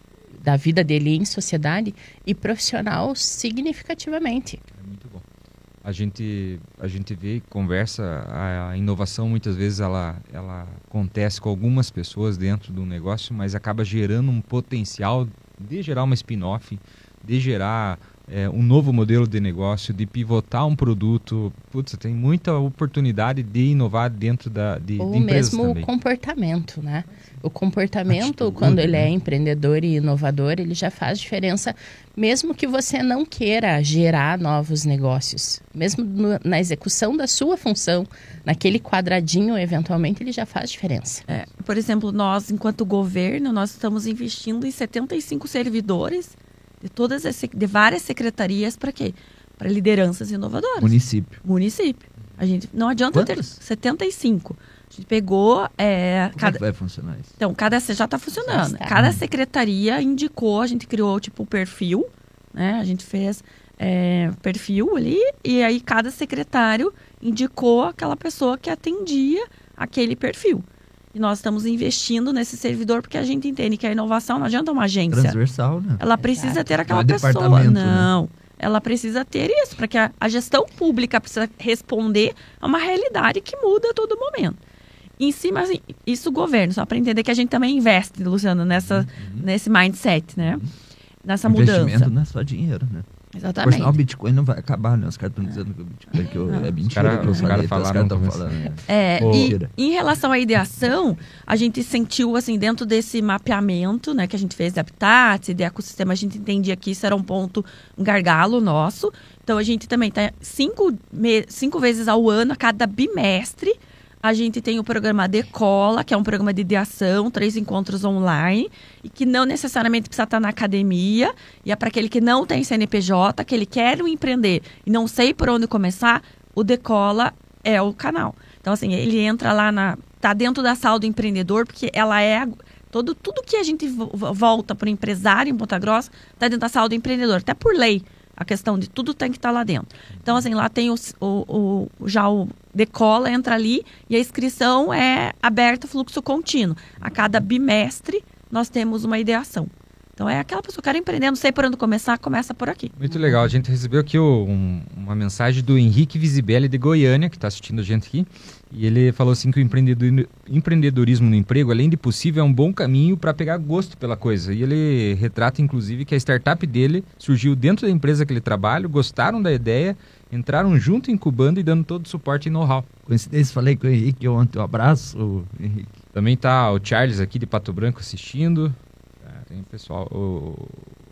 D: da vida dele em sociedade e profissional significativamente.
B: É muito bom. A gente, a gente vê e conversa, a, a inovação muitas vezes ela, ela acontece com algumas pessoas dentro do negócio, mas acaba gerando um potencial de gerar uma spin-off, de gerar é, um novo modelo de negócio, de pivotar um produto. Putz, tem muita oportunidade de inovar dentro da, de,
D: Ou
B: de empresas
D: mesmo
B: também.
D: o comportamento, né? O comportamento,
A: Atitude,
D: quando ele
A: né?
D: é empreendedor e inovador, ele já faz diferença, mesmo que você não queira gerar novos negócios. Mesmo no, na execução da sua função, naquele quadradinho, eventualmente, ele já faz diferença.
C: É, por exemplo, nós, enquanto governo, nós estamos investindo em setenta e cinco servidores de todas as, sec- de várias secretarias para quê? Para lideranças inovadoras.
A: Município.
C: Município. A gente não adianta ter
A: Quantas?
C: setenta e cinco. A gente pegou é,
A: Como é
C: cada,
A: que vai funcionar isso?
C: então cada já está funcionando.
D: Já está.
C: Cada secretaria indicou, a gente criou tipo o perfil, né? A gente fez é, perfil ali e aí cada secretário indicou aquela pessoa que atendia aquele perfil. E nós estamos investindo nesse servidor porque a gente entende que a inovação não adianta uma agência.
A: Transversal, né?
C: Ela precisa
D: Exato.
C: ter aquela
A: Não é
C: pessoa.
A: departamento, né?
C: Não. Ela precisa ter isso, para que a, a gestão pública precisa responder a uma realidade que muda a todo momento. Em cima, assim, isso o governo, só para entender que a gente também investe, Luciano, nessa,
A: Uhum.
C: nesse mindset, né? Nessa
A: Investimento
C: mudança.
A: não é só dinheiro, né? Por
C: Exatamente.
A: sinal, o Bitcoin não vai acabar, né? Os caras estão dizendo que o Bitcoin que eu- é mentira
B: cara-
A: que eu
B: os cara
A: falei, tá? Os
B: falaram
A: caras
B: no
A: estão
B: começo.
A: falando. né?
C: É,
B: Ô,
C: e
A: Tira.
C: em relação à ideação, a gente sentiu, assim, dentro desse mapeamento, né, que a gente fez de habitats e de ecossistema, a gente entendia que isso era um ponto, um gargalo nosso. Então, a gente também está cinco, me- cinco vezes ao ano, a cada bimestre, a gente tem o programa Decola, que é um programa de ideação, três encontros online, e que não necessariamente precisa estar na academia, e é para aquele que não tem C N P J, que ele quer empreender e não sei por onde começar, o Decola é o canal. Então, assim, ele entra lá na... Tá dentro da sala do empreendedor, porque ela é... a- Todo, tudo que a gente vo- vo- volta para o empresário em Ponta Grossa tá dentro da sala do empreendedor, até por lei. A questão de tudo tem que estar lá dentro. Então, assim, lá tem o, o, o- já o Decola, entra ali e a inscrição é aberta, fluxo contínuo. A cada bimestre, nós temos uma ideação. Então, é aquela pessoa que quer empreender, não sei por onde começar, começa por aqui.
B: Muito legal. A gente recebeu aqui o- um- uma mensagem do Henrique Visibelli de Goiânia, que está assistindo a gente aqui. E ele falou assim que o empreendedor- empreendedorismo no emprego, além de possível, é um bom caminho para pegar gosto pela coisa. E ele retrata, inclusive, que a startup dele surgiu dentro da empresa que ele trabalha, gostaram da ideia, entraram junto incubando e dando todo o suporte e know-how.
A: Coincidência, falei com o Henrique ontem. Um abraço, Henrique.
B: Também tá o Charles aqui de Pato Branco assistindo. Ah, tem o pessoal. O,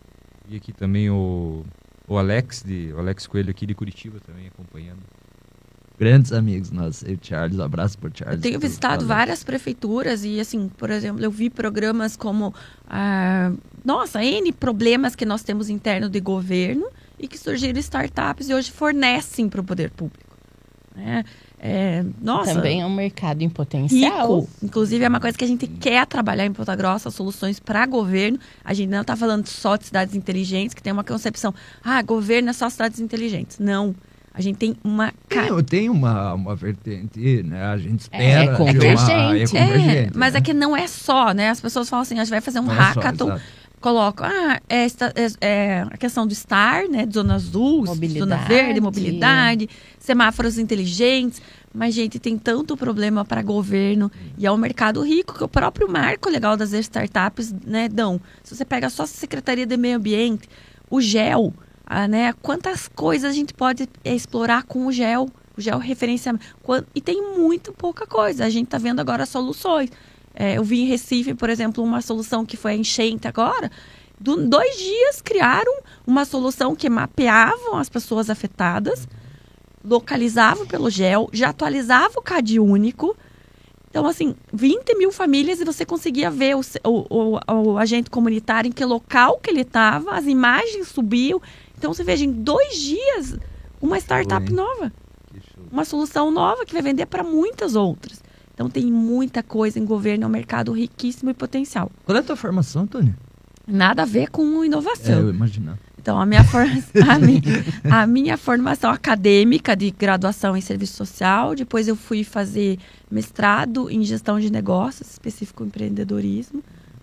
B: e aqui também o, o Alex, de, o Alex Coelho aqui de Curitiba também acompanhando.
A: Grandes amigos nossos. Eu, Charles, um abraço por Charles.
C: Eu tenho
A: por-
C: visitado
A: por-
C: várias prefeituras e, assim, por exemplo, eu vi programas como, ah, nossa, N problemas que nós temos interno de governo e que surgiram startups e hoje fornecem para o poder público. Né? É, nossa,
D: Também é um mercado em potencial.
C: rico. Inclusive, é uma coisa que a gente quer trabalhar em Ponta Grossa, soluções para governo. A gente não está falando só de cidades inteligentes, que tem uma concepção, ah, governo é só cidades inteligentes. Não. A gente tem uma... ca-
A: Tem, tem uma, uma vertente, né? A gente
D: É,
A: espera.
D: é
A: de uma-
D: convergente.
A: é
C: É,
A: convergente,
C: mas
A: né?
C: é que não é só, né? As pessoas falam assim, a gente vai fazer um
A: Não é só,
C: hackathon,
A: exato.
C: colocam, ah, é, esta- é- é a questão do STAR, né? De zona azul, zona
D: Mobilidade.
C: verde, mobilidade, semáforos inteligentes. Mas, gente, tem tanto problema para governo e é um mercado rico que o próprio marco legal das startups, né, dão. Se você pega só a Secretaria de Meio Ambiente, o GEL, ah, né? Quantas coisas a gente pode é, explorar com o GEL, o GEL referenciamento. Quan- E tem muito pouca coisa. A gente está vendo agora soluções. É, eu vi em Recife, por exemplo, uma solução que foi a enchente agora. Do, dois dias criaram uma solução que mapeavam as pessoas afetadas, localizavam pelo GEL, já atualizava o C A D único. Então, assim, vinte mil famílias e você conseguia ver o, o, o, o agente comunitário em que local que ele estava, as imagens subiam. Então, você veja, em dois dias, uma startup
A: Foi.
C: nova.
A: Que show.
C: Uma solução nova que vai vender para muitas outras. Então, tem muita coisa em governo, é um mercado riquíssimo e potencial.
A: Qual é a tua formação, Tony?
C: Nada a ver com
A: É,
C: inovação.
A: eu imagino.
C: Então, a minha, for... a, minha, a minha formação acadêmica de graduação em serviço social, depois eu fui fazer mestrado em gestão de negócios, específico em empreendedorismo.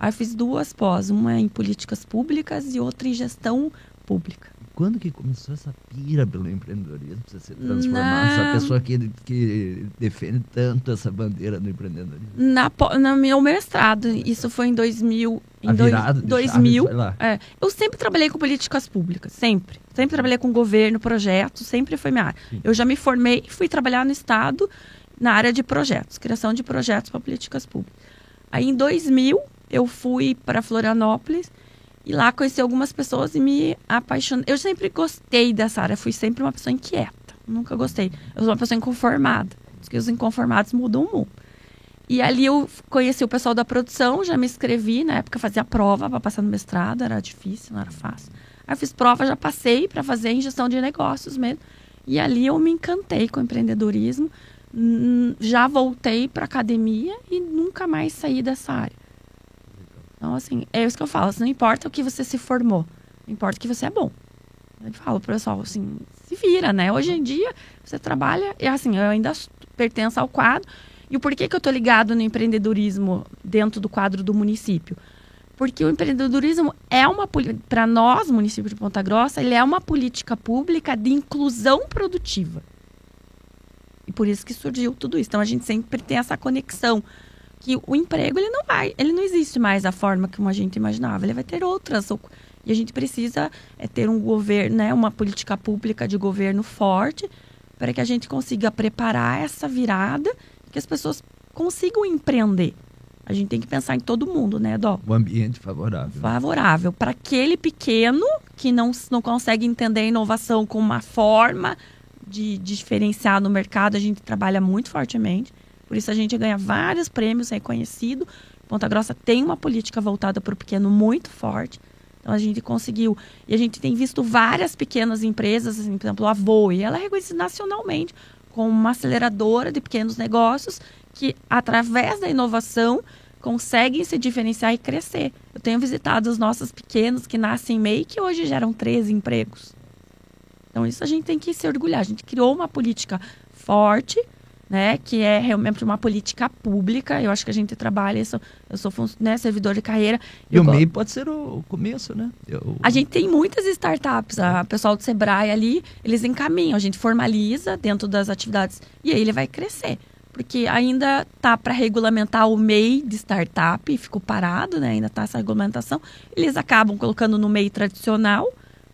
C: Aí eu fiz duas pós, uma em políticas públicas e outra em gestão pública.
A: Quando que começou essa pira pelo empreendedorismo, pra você se transformar
C: Na...
A: essa pessoa que, que defende tanto essa bandeira do empreendedorismo?
C: Na, na meu mestrado, isso foi em dois mil. Em
A: A virada de
C: dois
A: chave
C: mil,
A: foi lá.
C: é, eu sempre trabalhei com políticas públicas, sempre. Sempre trabalhei com governo, projetos, sempre foi minha área.
A: Sim.
C: Eu já me formei e fui trabalhar no Estado na área de projetos, criação de projetos para políticas públicas. Aí em dois mil, eu fui para Florianópolis e lá conheci algumas pessoas e me apaixonei. Eu sempre gostei dessa área, fui sempre uma pessoa inquieta, nunca gostei. Eu sou uma pessoa inconformada, diz que os inconformados mudam o mundo. E ali eu conheci o pessoal da produção, já me inscrevi, na época eu fazia prova para passar no mestrado, era difícil, não era fácil. Aí eu fiz prova, já passei para fazer em gestão de negócios mesmo. E ali eu me encantei com o empreendedorismo, já voltei para academia e nunca mais saí dessa área. Então, assim, é isso que eu falo, assim, não importa o que você se formou, importa que você é bom. Eu falo pro pessoal, assim, se vira, né? Hoje em dia, você trabalha, e assim, eu ainda pertenço ao quadro. E o porquê que eu tô ligado no empreendedorismo dentro do quadro do município? Porque o empreendedorismo é uma, para nós, município de Ponta Grossa, ele é uma política pública de inclusão produtiva. E por isso que surgiu tudo isso. Então, a gente sempre tem essa conexão. Que o emprego, ele não vai, ele não existe mais da forma como a gente imaginava. Ele vai ter outras. E a gente precisa é, ter um governo, né, uma política pública de governo forte para que a gente consiga preparar essa virada que as pessoas consigam empreender. A gente tem que pensar em todo mundo, né, Dó?
A: O ambiente favorável.
C: Favorável. Para aquele pequeno que não, não consegue entender a inovação como uma forma de, de diferenciar no mercado, a gente trabalha muito fortemente. Por isso a gente ganha vários prêmios reconhecidos. Ponta Grossa tem uma política voltada para o pequeno muito forte. Então a gente conseguiu. E a gente tem visto várias pequenas empresas, assim, por exemplo, a Voe, ela é reconhecida nacionalmente como uma aceleradora de pequenos negócios que, através da inovação, conseguem se diferenciar e crescer. Eu tenho visitado os nossos pequenos que nascem em M E I que hoje geram treze empregos. Então isso a gente tem que se orgulhar. A gente criou uma política forte, né, que é realmente uma política pública. Eu acho que a gente trabalha isso. Eu sou, né, servidor de carreira.
A: E o
C: go...
A: M E I pode ser o começo, né? Eu...
C: A gente tem muitas startups. A pessoal do Sebrae ali, eles encaminham. A gente formaliza dentro das atividades e aí ele vai crescer. Porque ainda tá para regulamentar o M E I de startup e ficou parado, né? Ainda tá essa regulamentação. Eles acabam colocando no M E I tradicional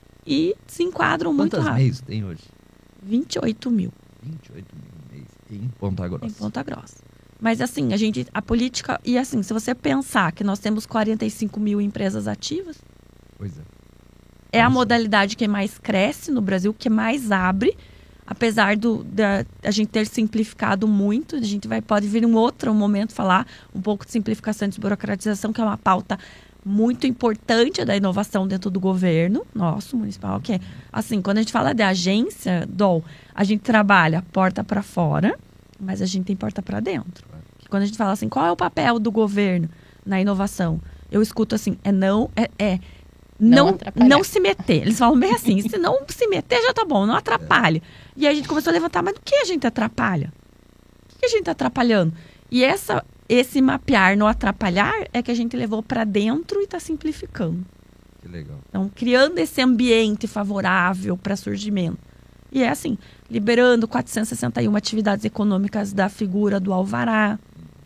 C: e se enquadram muito rápido.
A: Quantas M E Is tem hoje?
C: vinte e oito mil.
A: vinte e oito mil M E Is em Ponta Grossa.
C: Em Ponta Grossa. Mas assim, a gente, a política, e assim, se você pensar que nós temos quarenta e cinco mil empresas ativas,
A: Pois é.
C: é a
A: Nossa.
C: modalidade que mais cresce no Brasil, que mais abre, apesar do, da a gente ter simplificado muito. A gente vai, pode vir em um outro momento falar um pouco de simplificação e desburocratização, que é uma pauta muito importante da inovação dentro do governo nosso municipal, que é assim, quando a gente fala de agência, Dol, a gente trabalha porta para fora, mas a gente tem porta para dentro. Que quando a gente fala assim, qual é o papel do governo na inovação? Eu escuto assim, é não, é, é não, não, não se meter. Eles falam bem assim, se não se meter já tá bom, não atrapalha. E aí a gente começou a levantar, mas do que a gente atrapalha? O que a gente tá atrapalhando? E essa, esse mapear, não atrapalhar, é que a gente levou para dentro e está simplificando.
A: Que legal.
C: Então, criando esse ambiente favorável para surgimento. E é assim, liberando quatrocentas e sessenta e uma atividades econômicas da figura do alvará.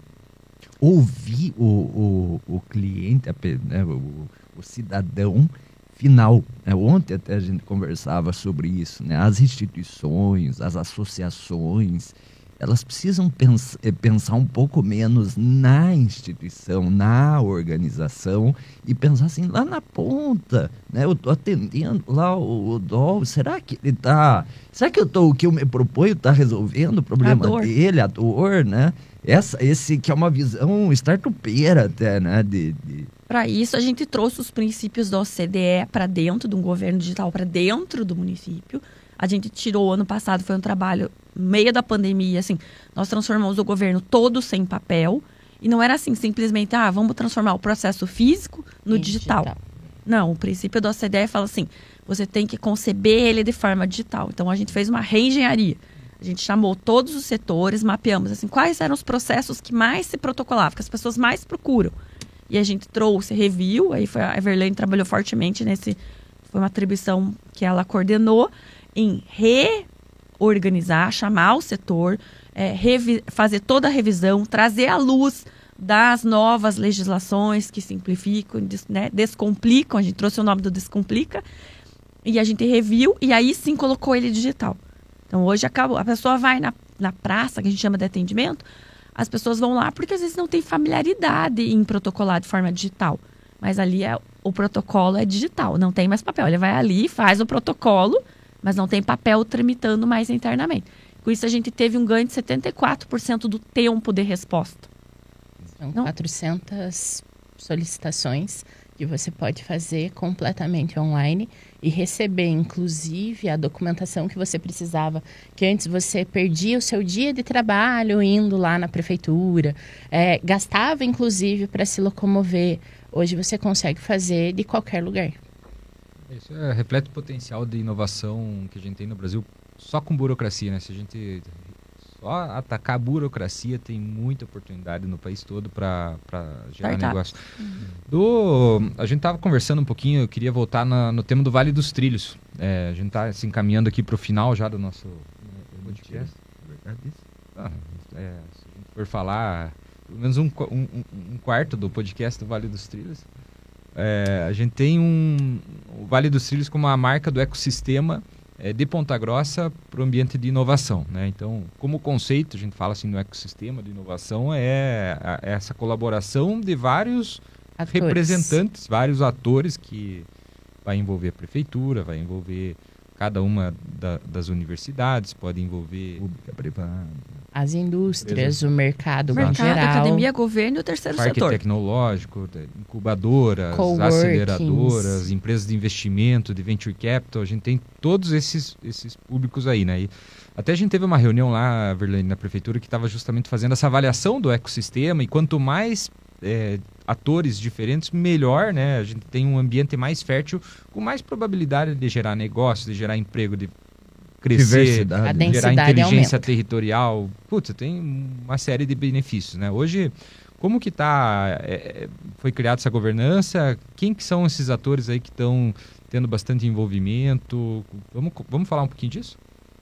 A: Ouvir o, o, o cliente, né, o, o cidadão final. Né? Ontem até a gente conversava sobre isso. Né? As instituições, as associações, elas precisam pens pensar um pouco menos na instituição, na organização e pensar assim, lá na ponta, né? Eu estou atendendo lá o, o Dol, será que ele está... Será que eu tô, o que eu me proponho está resolvendo o problema
C: A
A: dele, a dor, né? Essa, esse que é uma visão startupeira até, né? De, de...
C: Para isso, a gente trouxe os princípios da O C D E para dentro de um governo digital, para dentro do município. A gente tirou, ano passado, foi um trabalho meio da pandemia, assim, nós transformamos o governo todo sem papel, e não era assim, simplesmente, ah, vamos transformar o processo físico no digital. digital. Não, o princípio da O C D E fala assim, você tem que conceber ele de forma digital. Então, a gente fez uma reengenharia. A gente chamou todos os setores, mapeamos, assim, quais eram os processos que mais se protocolavam, que as pessoas mais procuram. e a gente trouxe, reviu, aí foi, a Everlane trabalhou fortemente nesse, foi uma atribuição que ela coordenou, em reorganizar, chamar o setor, é, revi, fazer toda a revisão, trazer à luz das novas legislações que simplificam, des, né, descomplicam, a gente trouxe o nome do Descomplica, e a gente reviu, e aí sim colocou ele digital. Então hoje acabou, a pessoa vai na, na praça, que a gente chama de atendimento, as pessoas vão lá porque às vezes não tem familiaridade em protocolar de forma digital. Mas ali é, o protocolo é digital, não tem mais papel. Ele vai ali, faz o protocolo, mas não tem papel tramitando mais internamente. Com isso a gente teve um ganho de setenta e quatro por cento do tempo de resposta.
D: São
C: Não.
D: quatrocentas solicitações que você pode fazer completamente online e receber, inclusive, a documentação que você precisava, que antes você perdia o seu dia de trabalho indo lá na prefeitura, é, gastava, inclusive, para se locomover. Hoje você consegue fazer de qualquer lugar.
B: Isso é repleto potencial de inovação que a gente tem no Brasil, só com burocracia, né? Se a gente só atacar a burocracia, tem muita oportunidade no país todo para gerar
C: Startup.
B: negócio. Uhum. Do, a gente estava conversando um pouquinho, eu queria voltar na, no tema do Vale dos Trilhos. É, a gente está se encaminhando aqui para o final já do nosso podcast. Ah, é, se a gente for falar pelo menos um, um, um quarto do podcast do Vale dos Trilhos, é, a gente tem um, o Vale dos Trilhos como a marca do ecossistema é, de Ponta Grossa para o ambiente de inovação, né? Então, como conceito, a gente fala assim no ecossistema de inovação, é, a, é essa colaboração de vários
D: Atores.
B: representantes, vários atores que vai envolver a prefeitura, vai envolver cada uma da, das universidades, pode envolver
A: Pública, privada.
D: As indústrias,
B: Empresas.
D: o mercado,
C: Mercado,
D: em geral.
C: academia, governo e o terceiro
B: parque
C: setor.
B: tecnológico, incubadoras,
D: Coworkings.
B: aceleradoras, empresas de investimento, de venture capital, a gente tem todos esses, esses públicos aí, né? E até a gente teve uma reunião lá, Verlaine, na prefeitura, que estava justamente fazendo essa avaliação do ecossistema, e quanto mais é, atores diferentes, melhor, né? A gente tem um ambiente mais fértil, com mais probabilidade de gerar negócios, de gerar emprego, de crescer,
A: Diversidade.
D: A
B: gerar
D: densidade
B: inteligência
D: aumenta.
B: territorial. Putz, tem uma série de benefícios, né? Hoje, como que tá, é, foi criada essa governança? Quem que são esses atores aí que estão tendo bastante envolvimento? Vamos, vamos falar um pouquinho disso?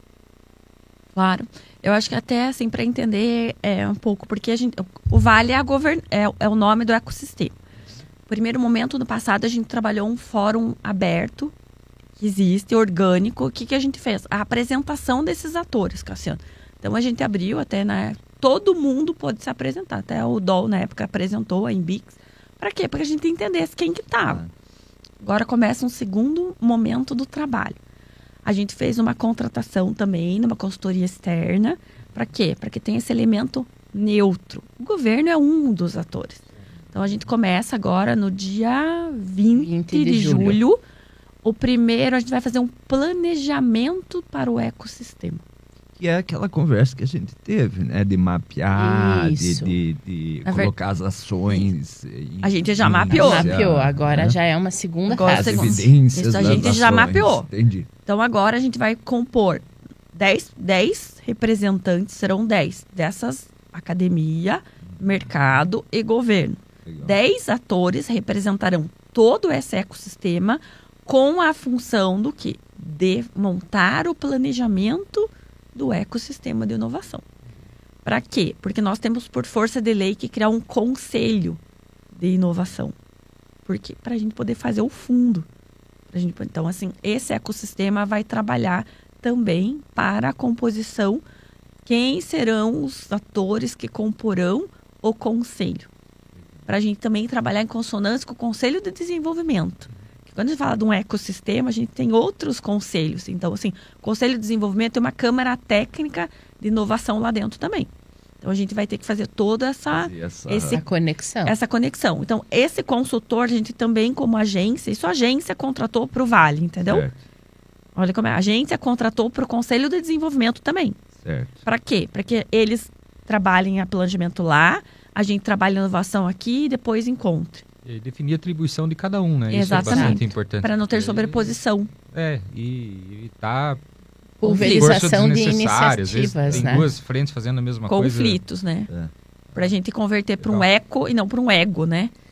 C: Claro. Eu acho que até assim, para entender é, um pouco, porque a gente, o Vale é, a govern, é, é o nome do ecossistema. Primeiro momento, no passado, a gente trabalhou um fórum aberto, que existe, orgânico. O que, que a gente fez? A apresentação desses atores, Cassiano. Então, a gente abriu até, né? Todo mundo pôde se apresentar. Até o D O L, na época, apresentou a Embix. Para quê? Para que a gente entendesse quem que estava. Agora começa um segundo momento do trabalho. A gente fez uma contratação também, numa consultoria externa. Para quê? Para que tenha esse elemento neutro. O governo é um dos atores. Então, a gente começa agora no dia vinte,
D: vinte de
C: de
D: julho.
C: julho. O primeiro, a gente vai fazer um planejamento para o ecossistema.
A: Que é aquela conversa que a gente teve, né? De mapear, de,
D: Isso.
A: de, de
C: Na ver-
A: colocar as ações. em-
C: A gente já
A: em-
C: mapeou.
D: Mapeou, agora
A: né?
D: já é uma segunda
C: Agora
A: As
D: fase.
C: segunda.
A: evidências
C: Isso a
A: das
C: gente já
A: ações.
C: mapeou.
A: Entendi.
C: Então, agora a gente vai compor dez, dez representantes, serão dez dessas academia, mercado e governo.
A: Legal.
C: dez atores representarão todo esse ecossistema com a função do que? De montar o planejamento do ecossistema de inovação. Para quê? Porque nós temos, por força de lei, que criar um conselho de inovação. Porque para a gente poder fazer o fundo. Pra gente, então, assim, esse ecossistema vai trabalhar também para a composição. Quem serão os atores que comporão o conselho? Para a gente também trabalhar em consonância com o Conselho de Desenvolvimento. Quando a gente fala de um ecossistema, a gente tem outros conselhos. Então, assim, o Conselho de Desenvolvimento é uma câmara técnica de inovação lá dentro também. Então, a gente vai ter que fazer toda essa,
A: Fazer essa-
C: esse-
D: A conexão.
C: essa conexão. Então, esse consultor, a gente também, como agência, isso a agência contratou para o Vale, entendeu?
A: Certo,
C: Olha como é. A agência contratou para o Conselho de Desenvolvimento também.
A: certo.
C: Para quê? Para que eles trabalhem a planejamento lá, a gente trabalhe a inovação aqui e depois encontre.
B: E aí definir a atribuição de cada um, né? Isso é
C: Exatamente.
B: bastante importante.
C: Para não ter
B: E-
C: sobreposição.
B: É, e evitar
D: Pulverização de
B: desnecessária. Às vezes
D: iniciativas,
B: tem
D: né?
B: duas frentes fazendo a mesma coisa.
C: Conflitos, né?
A: É.
C: Para a gente converter para um
B: Legal.
C: eco e não para um ego, né?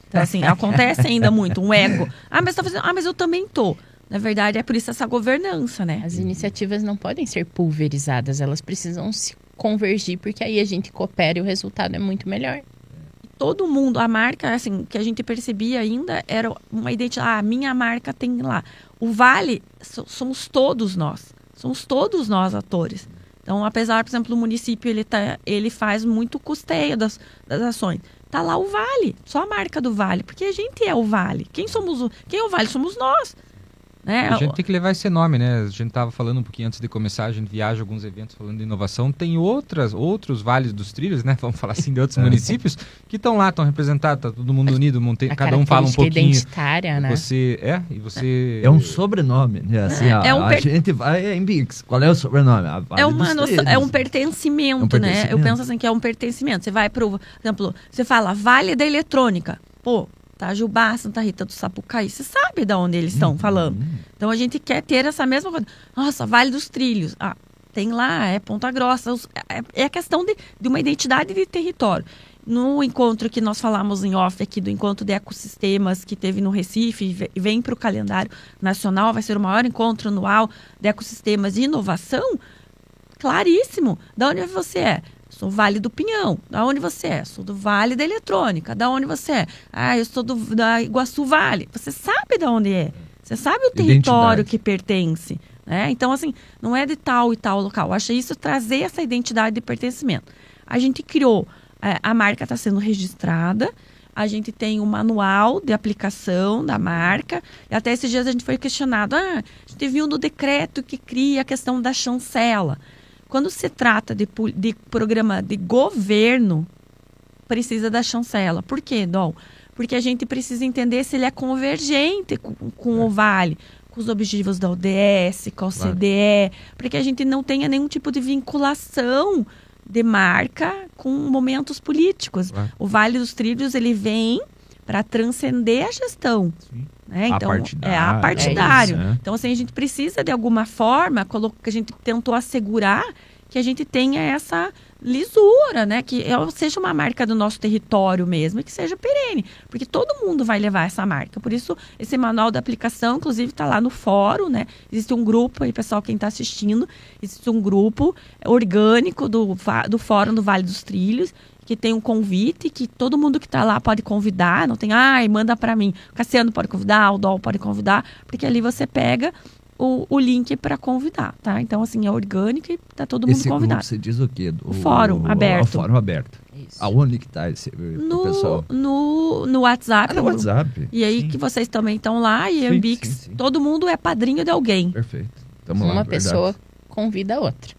C: Então, assim, acontece ainda muito um ego. Ah, mas tá fazendo. Ah, mas eu também tô. Na verdade, é por isso essa governança, né?
D: As iniciativas não podem ser pulverizadas, elas precisam se convergir, porque aí a gente coopera e o resultado é muito melhor.
C: Todo mundo, a marca, assim, que a gente percebia ainda era uma identidade. Ah, a minha marca tem lá. O Vale, so, somos todos nós. Somos todos nós atores. Então, apesar, por exemplo, do município, ele, tá, ele faz muito custeio das, das ações. Tá lá o Vale, só a marca do Vale, porque a gente é o Vale. Quem somos o, quem é o Vale? Somos nós. Né?
B: A gente tem que levar esse nome, né? A gente estava falando um pouquinho antes de começar, a gente viaja alguns eventos falando de inovação. Tem outras, outros vales dos trilhos, né? Vamos falar assim, de outros municípios que estão lá, estão representados, tá todo mundo unido, monte... cada um fala um pouquinho.
D: Identitária, né?
B: Você é e você
A: é um sobrenome, né? Assim,
C: é,
A: a,
C: é um per...
A: a gente vai em Bix. Qual é o sobrenome? A vale
C: é uma noção, é um pertencimento, é um pertencimento, né? Eu penso assim que é um pertencimento. Você vai pro, por exemplo, você fala Vale da Eletrônica, pô. Itajubá, Santa Rita do Sapucaí, você sabe de onde eles estão uhum. falando. Então a gente quer ter essa mesma coisa. Nossa, Vale dos Trilhos, ah, tem lá, é Ponta Grossa, é, é a questão de, de uma identidade de território. No encontro que nós falamos em off aqui, do encontro de ecossistemas que teve no Recife, e vem para o calendário nacional, vai ser o maior encontro anual de ecossistemas e inovação, claríssimo, de onde você é. Sou Vale do Pinhão. Da onde você é? Sou do Vale da Eletrônica. Da onde você é? Ah, eu sou do, da Iguaçu Vale. Você sabe de onde é. Você sabe o território que pertence. Né? Então, assim, não é de tal e tal local. Eu acho isso trazer essa identidade de pertencimento. A gente criou, é, a marca está sendo registrada, a gente tem um manual de aplicação da marca, e até esses dias a gente foi questionado, ah, a gente viu no decreto que cria a questão da chancela. Quando se trata de, de programa de governo, precisa da chancela. Por quê, Dol? Porque a gente precisa entender se ele é convergente com, com é. o Vale, com os objetivos da O D S, com o claro. C D E, para que a gente não tenha nenhum tipo de vinculação de marca com momentos políticos. Claro. O Vale dos Trilhos, ele vem para transcender a gestão. Sim. Né? Então, é a partidário. É isso, né? Então, assim, a gente precisa, de alguma forma, que a gente tentou assegurar que a gente tenha essa lisura, né? Que seja uma marca do nosso território mesmo e que seja perene. Porque todo mundo vai levar essa marca. Por isso, esse manual da aplicação, inclusive, está lá no fórum, né? Existe um grupo aí, pessoal, quem está assistindo, existe um grupo orgânico do, do Fórum do Vale dos Trilhos, que tem um convite, que todo mundo que está lá pode convidar, não tem, ai, manda para mim. O Cassiano pode convidar, o Dol pode convidar, porque ali você pega o, o link para convidar, tá? Então, assim, é orgânico e tá todo mundo
A: esse
C: convidado.
A: Esse grupo, você diz o quê?
C: O, o fórum
A: o,
C: aberto.
A: O fórum aberto. Isso. Aonde que está esse
C: no,
A: pessoal?
C: No, no WhatsApp.
A: Ah, no WhatsApp.
C: E aí sim. que vocês também estão lá, e o Bix, todo mundo é padrinho de alguém.
A: Perfeito. Tamo
D: Uma
A: lá,
D: pessoa convida a outra.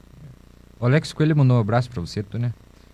B: O Alex Coelho mandou um abraço para você, Tônia.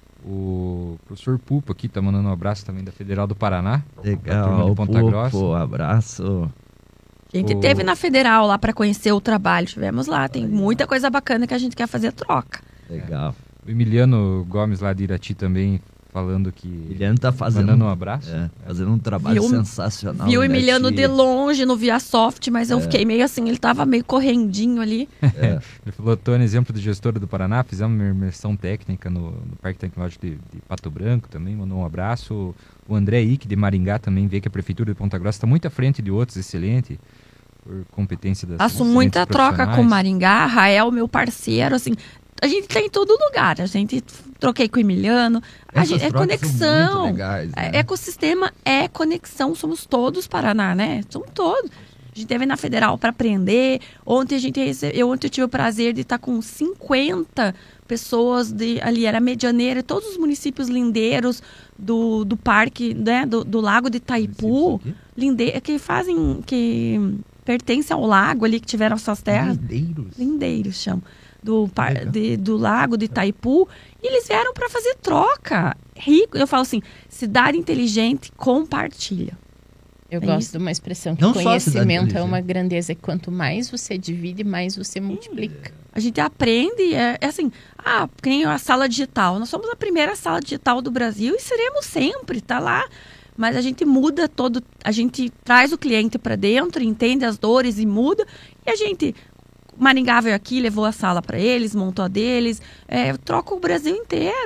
B: O professor Pupo aqui tá mandando um abraço também da Federal do Paraná.
A: Legal,
B: de Ponta
A: Pupo,
B: Grossa.
A: Um abraço.
C: A gente o... teve na Federal lá para conhecer o trabalho. Tivemos lá, tem muita coisa bacana que a gente quer fazer troca.
A: Legal.
B: O Emiliano Gomes lá de Irati também falando que...
A: Emiliano tá fazendo...
B: Mandando um abraço.
A: É, fazendo um trabalho viu, sensacional.
C: Viu o Emiliano de longe no ViaSoft, mas eu é. fiquei meio assim, ele tava meio correndinho ali.
B: É. Ele falou, Tônia, exemplo de gestora do Paraná, fizemos uma imersão técnica no, no Parque Tecnológico de, de Pato Branco também, mandou um abraço. O André Ick de Maringá também vê que a Prefeitura de Ponta Grossa está muito à frente de outros, excelente, por competência das
C: Faço muita troca com Maringá, Rael, meu parceiro, assim... A gente tem em todo lugar, a gente troquei com o Emiliano, a gente, é conexão, legais, né? é, ecossistema é conexão, somos todos Paraná, né? Somos todos. A gente teve na Federal para aprender, ontem a gente recebe, eu ontem eu tive o prazer de estar com cinquenta pessoas, de, ali era Medianeira, todos os municípios lindeiros do, do parque, né? do, do lago de Itaipu, linde, que fazem, que pertencem ao lago ali, que tiveram suas terras.
A: Lindeiros?
C: Lindeiros, chamam. Do, de, do lago de Itaipu, e eles vieram para fazer troca. Rico, eu falo assim, cidade inteligente compartilha.
D: Eu
C: é
D: gosto
C: isso.
D: de uma expressão que
A: Não
D: conhecimento é uma grandeza, e quanto mais você divide, mais você multiplica.
C: A gente aprende, é, é assim, ah, que nem a sala digital. Nós somos a primeira sala digital do Brasil e seremos sempre, tá lá. Mas a gente muda todo, a gente traz o cliente para dentro, entende as dores e muda, e a gente... Maringá veio aqui, levou a sala para eles, montou a deles, é, troca o Brasil inteiro.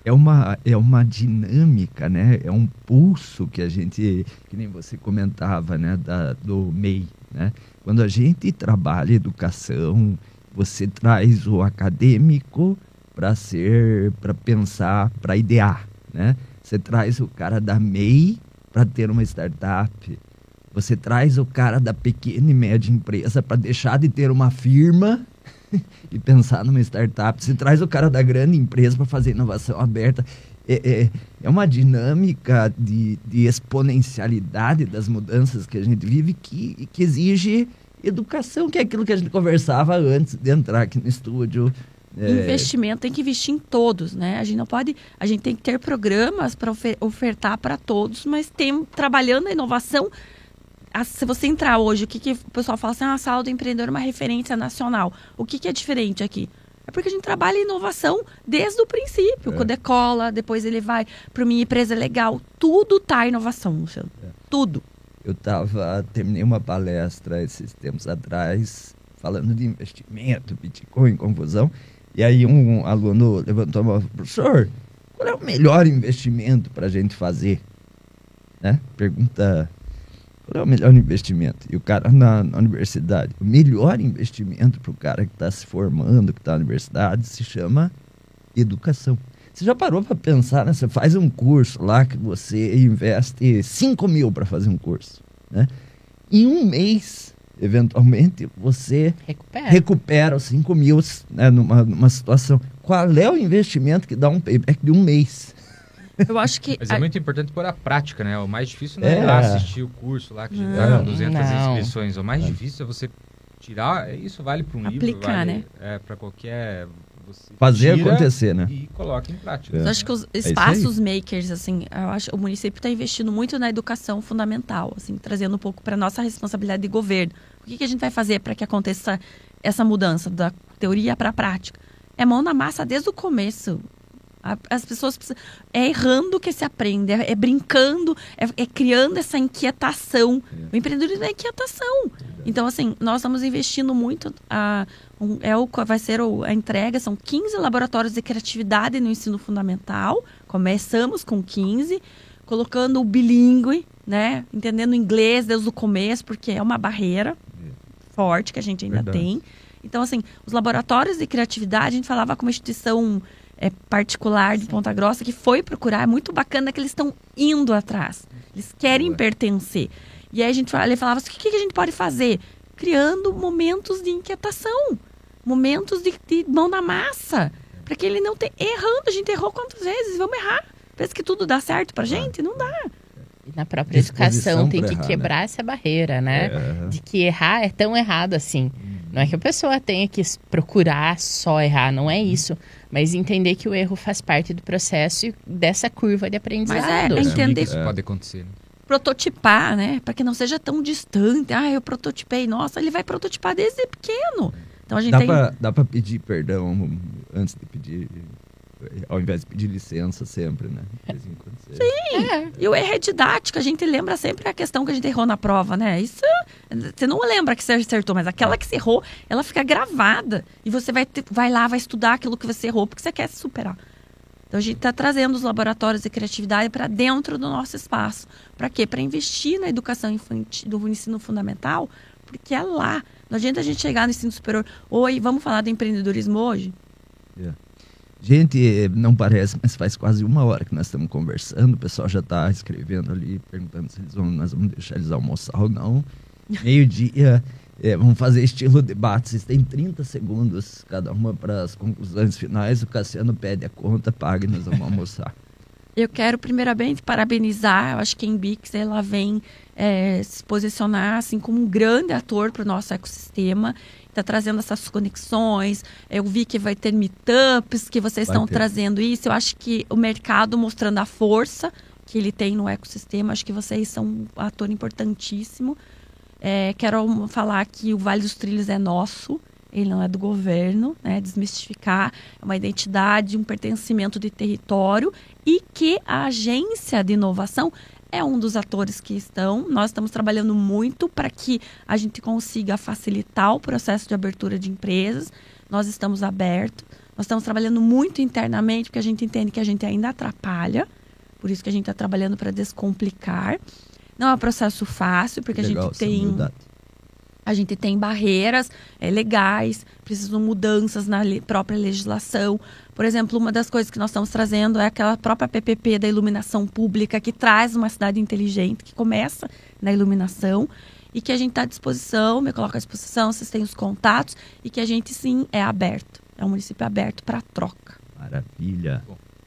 A: é uma, é uma dinâmica, né? É um pulso que a gente, que nem você comentava, né? Da, do M E I, né? Quando a gente trabalha educação, você traz o acadêmico para ser, para pensar, para idear, né? Você traz o cara da M E I para ter uma startup. Você traz o cara da pequena e média empresa para deixar de ter uma firma e pensar numa startup. Você traz o cara da grande empresa para fazer inovação aberta. É, é, é uma dinâmica de, de exponencialidade das mudanças que a gente vive que, que exige educação, que é aquilo que a gente conversava antes de entrar aqui no estúdio. É...
C: Investimento tem que investir em todos, né? A gente não pode, a gente tem que ter programas para ofer- ofertar para todos, mas tem, trabalhando a inovação. Se você entrar hoje, o que, que o pessoal fala assim, ah, a sala do empreendedor é uma referência nacional. O que, que é diferente aqui? É porque a gente trabalha inovação desde o princípio. É. Quando é cola, depois ele vai para Minha Empresa Legal. Tudo tá inovação, Luciano. É. Tudo.
A: Eu tava, terminei uma palestra esses tempos atrás, falando de investimento, Bitcoin, confusão. E aí um aluno levantou e falou, professor, qual é o melhor investimento para a gente fazer? Né? Pergunta... Qual é o melhor investimento? E o cara na, na universidade, o melhor investimento para o cara que está se formando, que está na universidade, se chama educação. Você já parou para pensar, né? Você faz um curso lá que você investe cinco mil para fazer um curso, né? Em um mês, eventualmente, você recupera, recupera os cinco mil, né, numa, numa situação. Qual é o investimento que dá um payback de um mês?
C: Eu acho que...
B: Mas é muito importante pôr a prática, né? O mais difícil não é, é lá assistir o curso lá, que já dá duzentas inscrições. O mais é. difícil é você tirar... Isso vale para um
C: Aplicar,
B: livro, vale,
C: né?
B: É, para qualquer... Você
A: fazer acontecer, né?
B: E coloca em prática.
C: É. Eu acho que os espaços é makers, assim, eu acho o município está investindo muito na educação fundamental, assim, trazendo um pouco para nossa responsabilidade de governo. O que, que a gente vai fazer para que aconteça essa mudança da teoria para a prática? É mão na massa desde o começo. As pessoas precisam, é errando que se aprende, é, é brincando, é, é criando essa inquietação. É. O empreendedorismo é inquietação. Então, assim, nós estamos investindo muito. A, um, é o, vai ser o, a entrega, são quinze laboratórios de criatividade no ensino fundamental. Começamos com quinze, colocando o bilíngue, né? Entendendo inglês desde o começo, porque é uma barreira é. forte que a gente ainda Verdade. tem. Então, assim, os laboratórios de criatividade, a gente falava com uma instituição... É, particular de Ponta Grossa, que foi procurar, é muito bacana que eles estão indo atrás, eles querem Ué. pertencer. E aí a gente ele falava assim, o que, que a gente pode fazer? Criando momentos de inquietação, momentos de, de mão na massa, para que ele não tenha, errando, a gente errou quantas vezes, vamos errar, pensa que tudo dá certo pra gente? Não dá.
D: E na própria educação tem que errar, quebrar né? essa barreira, né? É. De que errar é tão errado assim. Não é que a pessoa tenha que procurar só errar, não é isso. Mas entender que o erro faz parte do processo e dessa curva de aprendizado.
C: Mas é, é entender
B: que isso pode acontecer. Né?
C: Prototipar, né? Para que não seja tão distante. Ah, eu prototipei. Nossa, ele vai prototipar desde pequeno. Então a gente
A: dá
C: tem...
A: Pra, dá para pedir perdão antes de pedir... Ao invés de pedir licença sempre, né? De vez em quando você...
C: Sim, é. E o erro é didático. A gente lembra sempre a questão que a gente errou na prova, né? Isso, você não lembra que você acertou, mas aquela que você errou, ela fica gravada. E você vai, ter, vai lá, vai estudar aquilo que você errou, porque você quer se superar. Então a gente está trazendo os laboratórios de criatividade para dentro do nosso espaço. Para quê? Para investir na educação infantil, do ensino fundamental, porque é lá. Não adianta a gente chegar no ensino superior. Oi, vamos falar do empreendedorismo hoje?
A: Yeah. Gente, não parece, mas faz quase uma hora que nós estamos conversando. O pessoal já está escrevendo ali, perguntando se eles vão, nós vamos deixar eles almoçar ou não. Meio-dia, é, vamos fazer estilo debate. Vocês têm trinta segundos cada uma para as conclusões finais. O Cassiano pede a conta, paga e nós vamos almoçar.
C: Eu quero primeiramente parabenizar. Eu acho que a Embix ela vem é, se posicionar assim, como um grande ator para o nosso ecossistema. Está trazendo essas conexões. Eu vi que vai ter meetups, que vocês vai estão ter. trazendo isso. Eu acho que o mercado mostrando a força que ele tem no ecossistema. Acho que vocês são um ator importantíssimo. É, quero falar que o Vale dos Trilhos é nosso. Ele não é do governo, né? Desmistificar, é uma identidade, um pertencimento de território e que a agência de inovação é um dos atores que estão. Nós estamos trabalhando muito para que a gente consiga facilitar o processo de abertura de empresas. Nós estamos abertos. Nós estamos trabalhando muito internamente, porque a gente entende que a gente ainda atrapalha. Por isso que a gente está trabalhando para descomplicar. Não é um processo fácil, porque
A: Legal,
C: a gente tem...
A: humildade.
C: A gente tem barreiras é, legais, precisam mudanças na le- própria legislação. Por exemplo, uma das coisas que nós estamos trazendo é aquela própria P P P da iluminação pública, que traz uma cidade inteligente, que começa na iluminação e que a gente está à disposição, me coloca à disposição, vocês têm os contatos e que a gente, sim, é aberto. É um município aberto para troca.
A: Maravilha.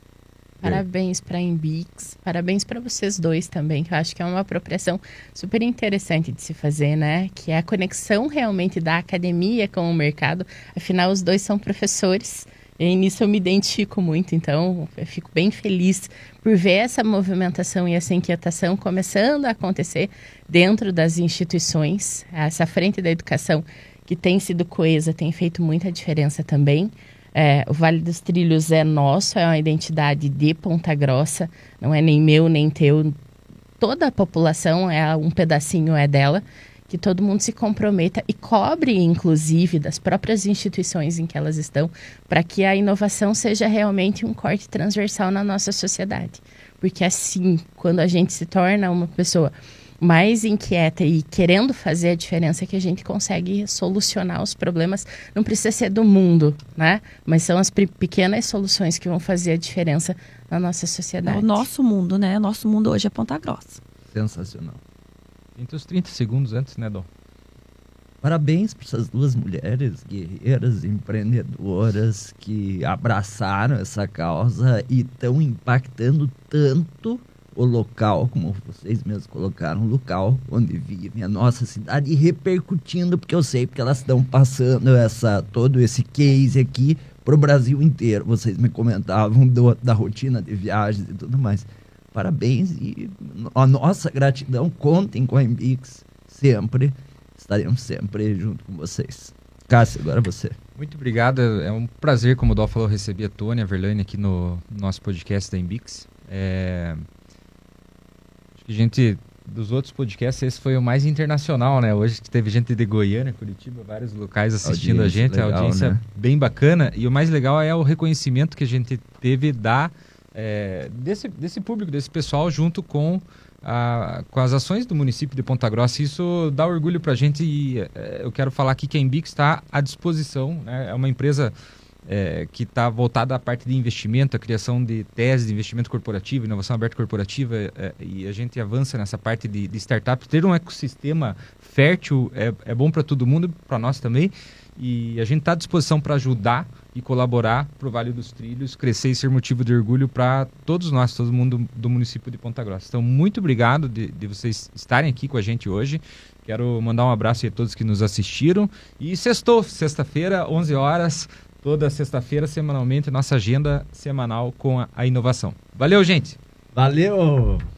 D: Parabéns para a Embix, parabéns para vocês dois também, que eu acho que é uma apropriação super interessante de se fazer, né? Que é a conexão realmente da academia com o mercado. Afinal, os dois são professores e nisso eu me identifico muito, então eu fico bem feliz por ver essa movimentação e essa inquietação começando a acontecer dentro das instituições. Essa frente da educação que tem sido coesa tem feito muita diferença também. É, o Vale dos Trilhos é nosso, é uma identidade de Ponta Grossa, não é nem meu, nem teu. Toda a população, é um pedacinho é dela, que todo mundo se comprometa e cobre, inclusive, das próprias instituições em que elas estão, para que a inovação seja realmente um corte transversal na nossa sociedade. Porque assim, quando a gente se torna uma pessoa mais inquieta e querendo fazer a diferença, que a gente consegue solucionar os problemas. Não precisa ser do mundo, né? Mas são as pequenas soluções que vão fazer a diferença na nossa sociedade.
C: É o nosso mundo, né? O nosso mundo hoje é Ponta Grossa.
A: Sensacional.
B: Entre os trinta segundos antes, né, Dom?
A: Parabéns para essas duas mulheres guerreiras, empreendedoras que abraçaram essa causa e estão impactando tanto o local, como vocês mesmos colocaram, o local onde vive a nossa cidade e repercutindo, porque eu sei, porque elas estão passando essa, todo esse case aqui para o Brasil inteiro. Vocês me comentavam do, da rotina de viagens e tudo mais. Parabéns e a nossa gratidão. Contem com a Embix sempre. Estaremos sempre junto com vocês. Cássio, agora você.
B: Muito obrigado. É um prazer, como o Dó falou, receber a Tônia, a Verlaine aqui no nosso podcast da Embix. É... A gente, dos outros podcasts, esse foi o mais internacional, né? Hoje teve gente de Goiânia, Curitiba, vários locais assistindo
A: Audiência
B: a gente.
A: legal,
B: a audiência
A: né?
B: bem bacana. E o mais legal é o reconhecimento que a gente teve da, é, desse, desse público, desse pessoal, junto com, a, com as ações do município de Ponta Grossa. Isso dá orgulho pra gente e é, eu quero falar aqui que a Embix está à disposição, né? É uma empresa... É, que está voltada à parte de investimento, a criação de teses de investimento corporativo, inovação aberta corporativa, é, e a gente avança nessa parte de, de startup. Ter um ecossistema fértil é, é bom para todo mundo, para nós também, e a gente está à disposição para ajudar e colaborar para o Vale dos Trilhos crescer e ser motivo de orgulho para todos nós, todo mundo do município de Ponta Grossa. Então, muito obrigado de, de vocês estarem aqui com a gente hoje. Quero mandar um abraço a todos que nos assistiram. E sextou, sexta-feira, onze horas, toda sexta-feira, semanalmente, nossa agenda semanal com a, a inovação. Valeu, gente!
A: Valeu!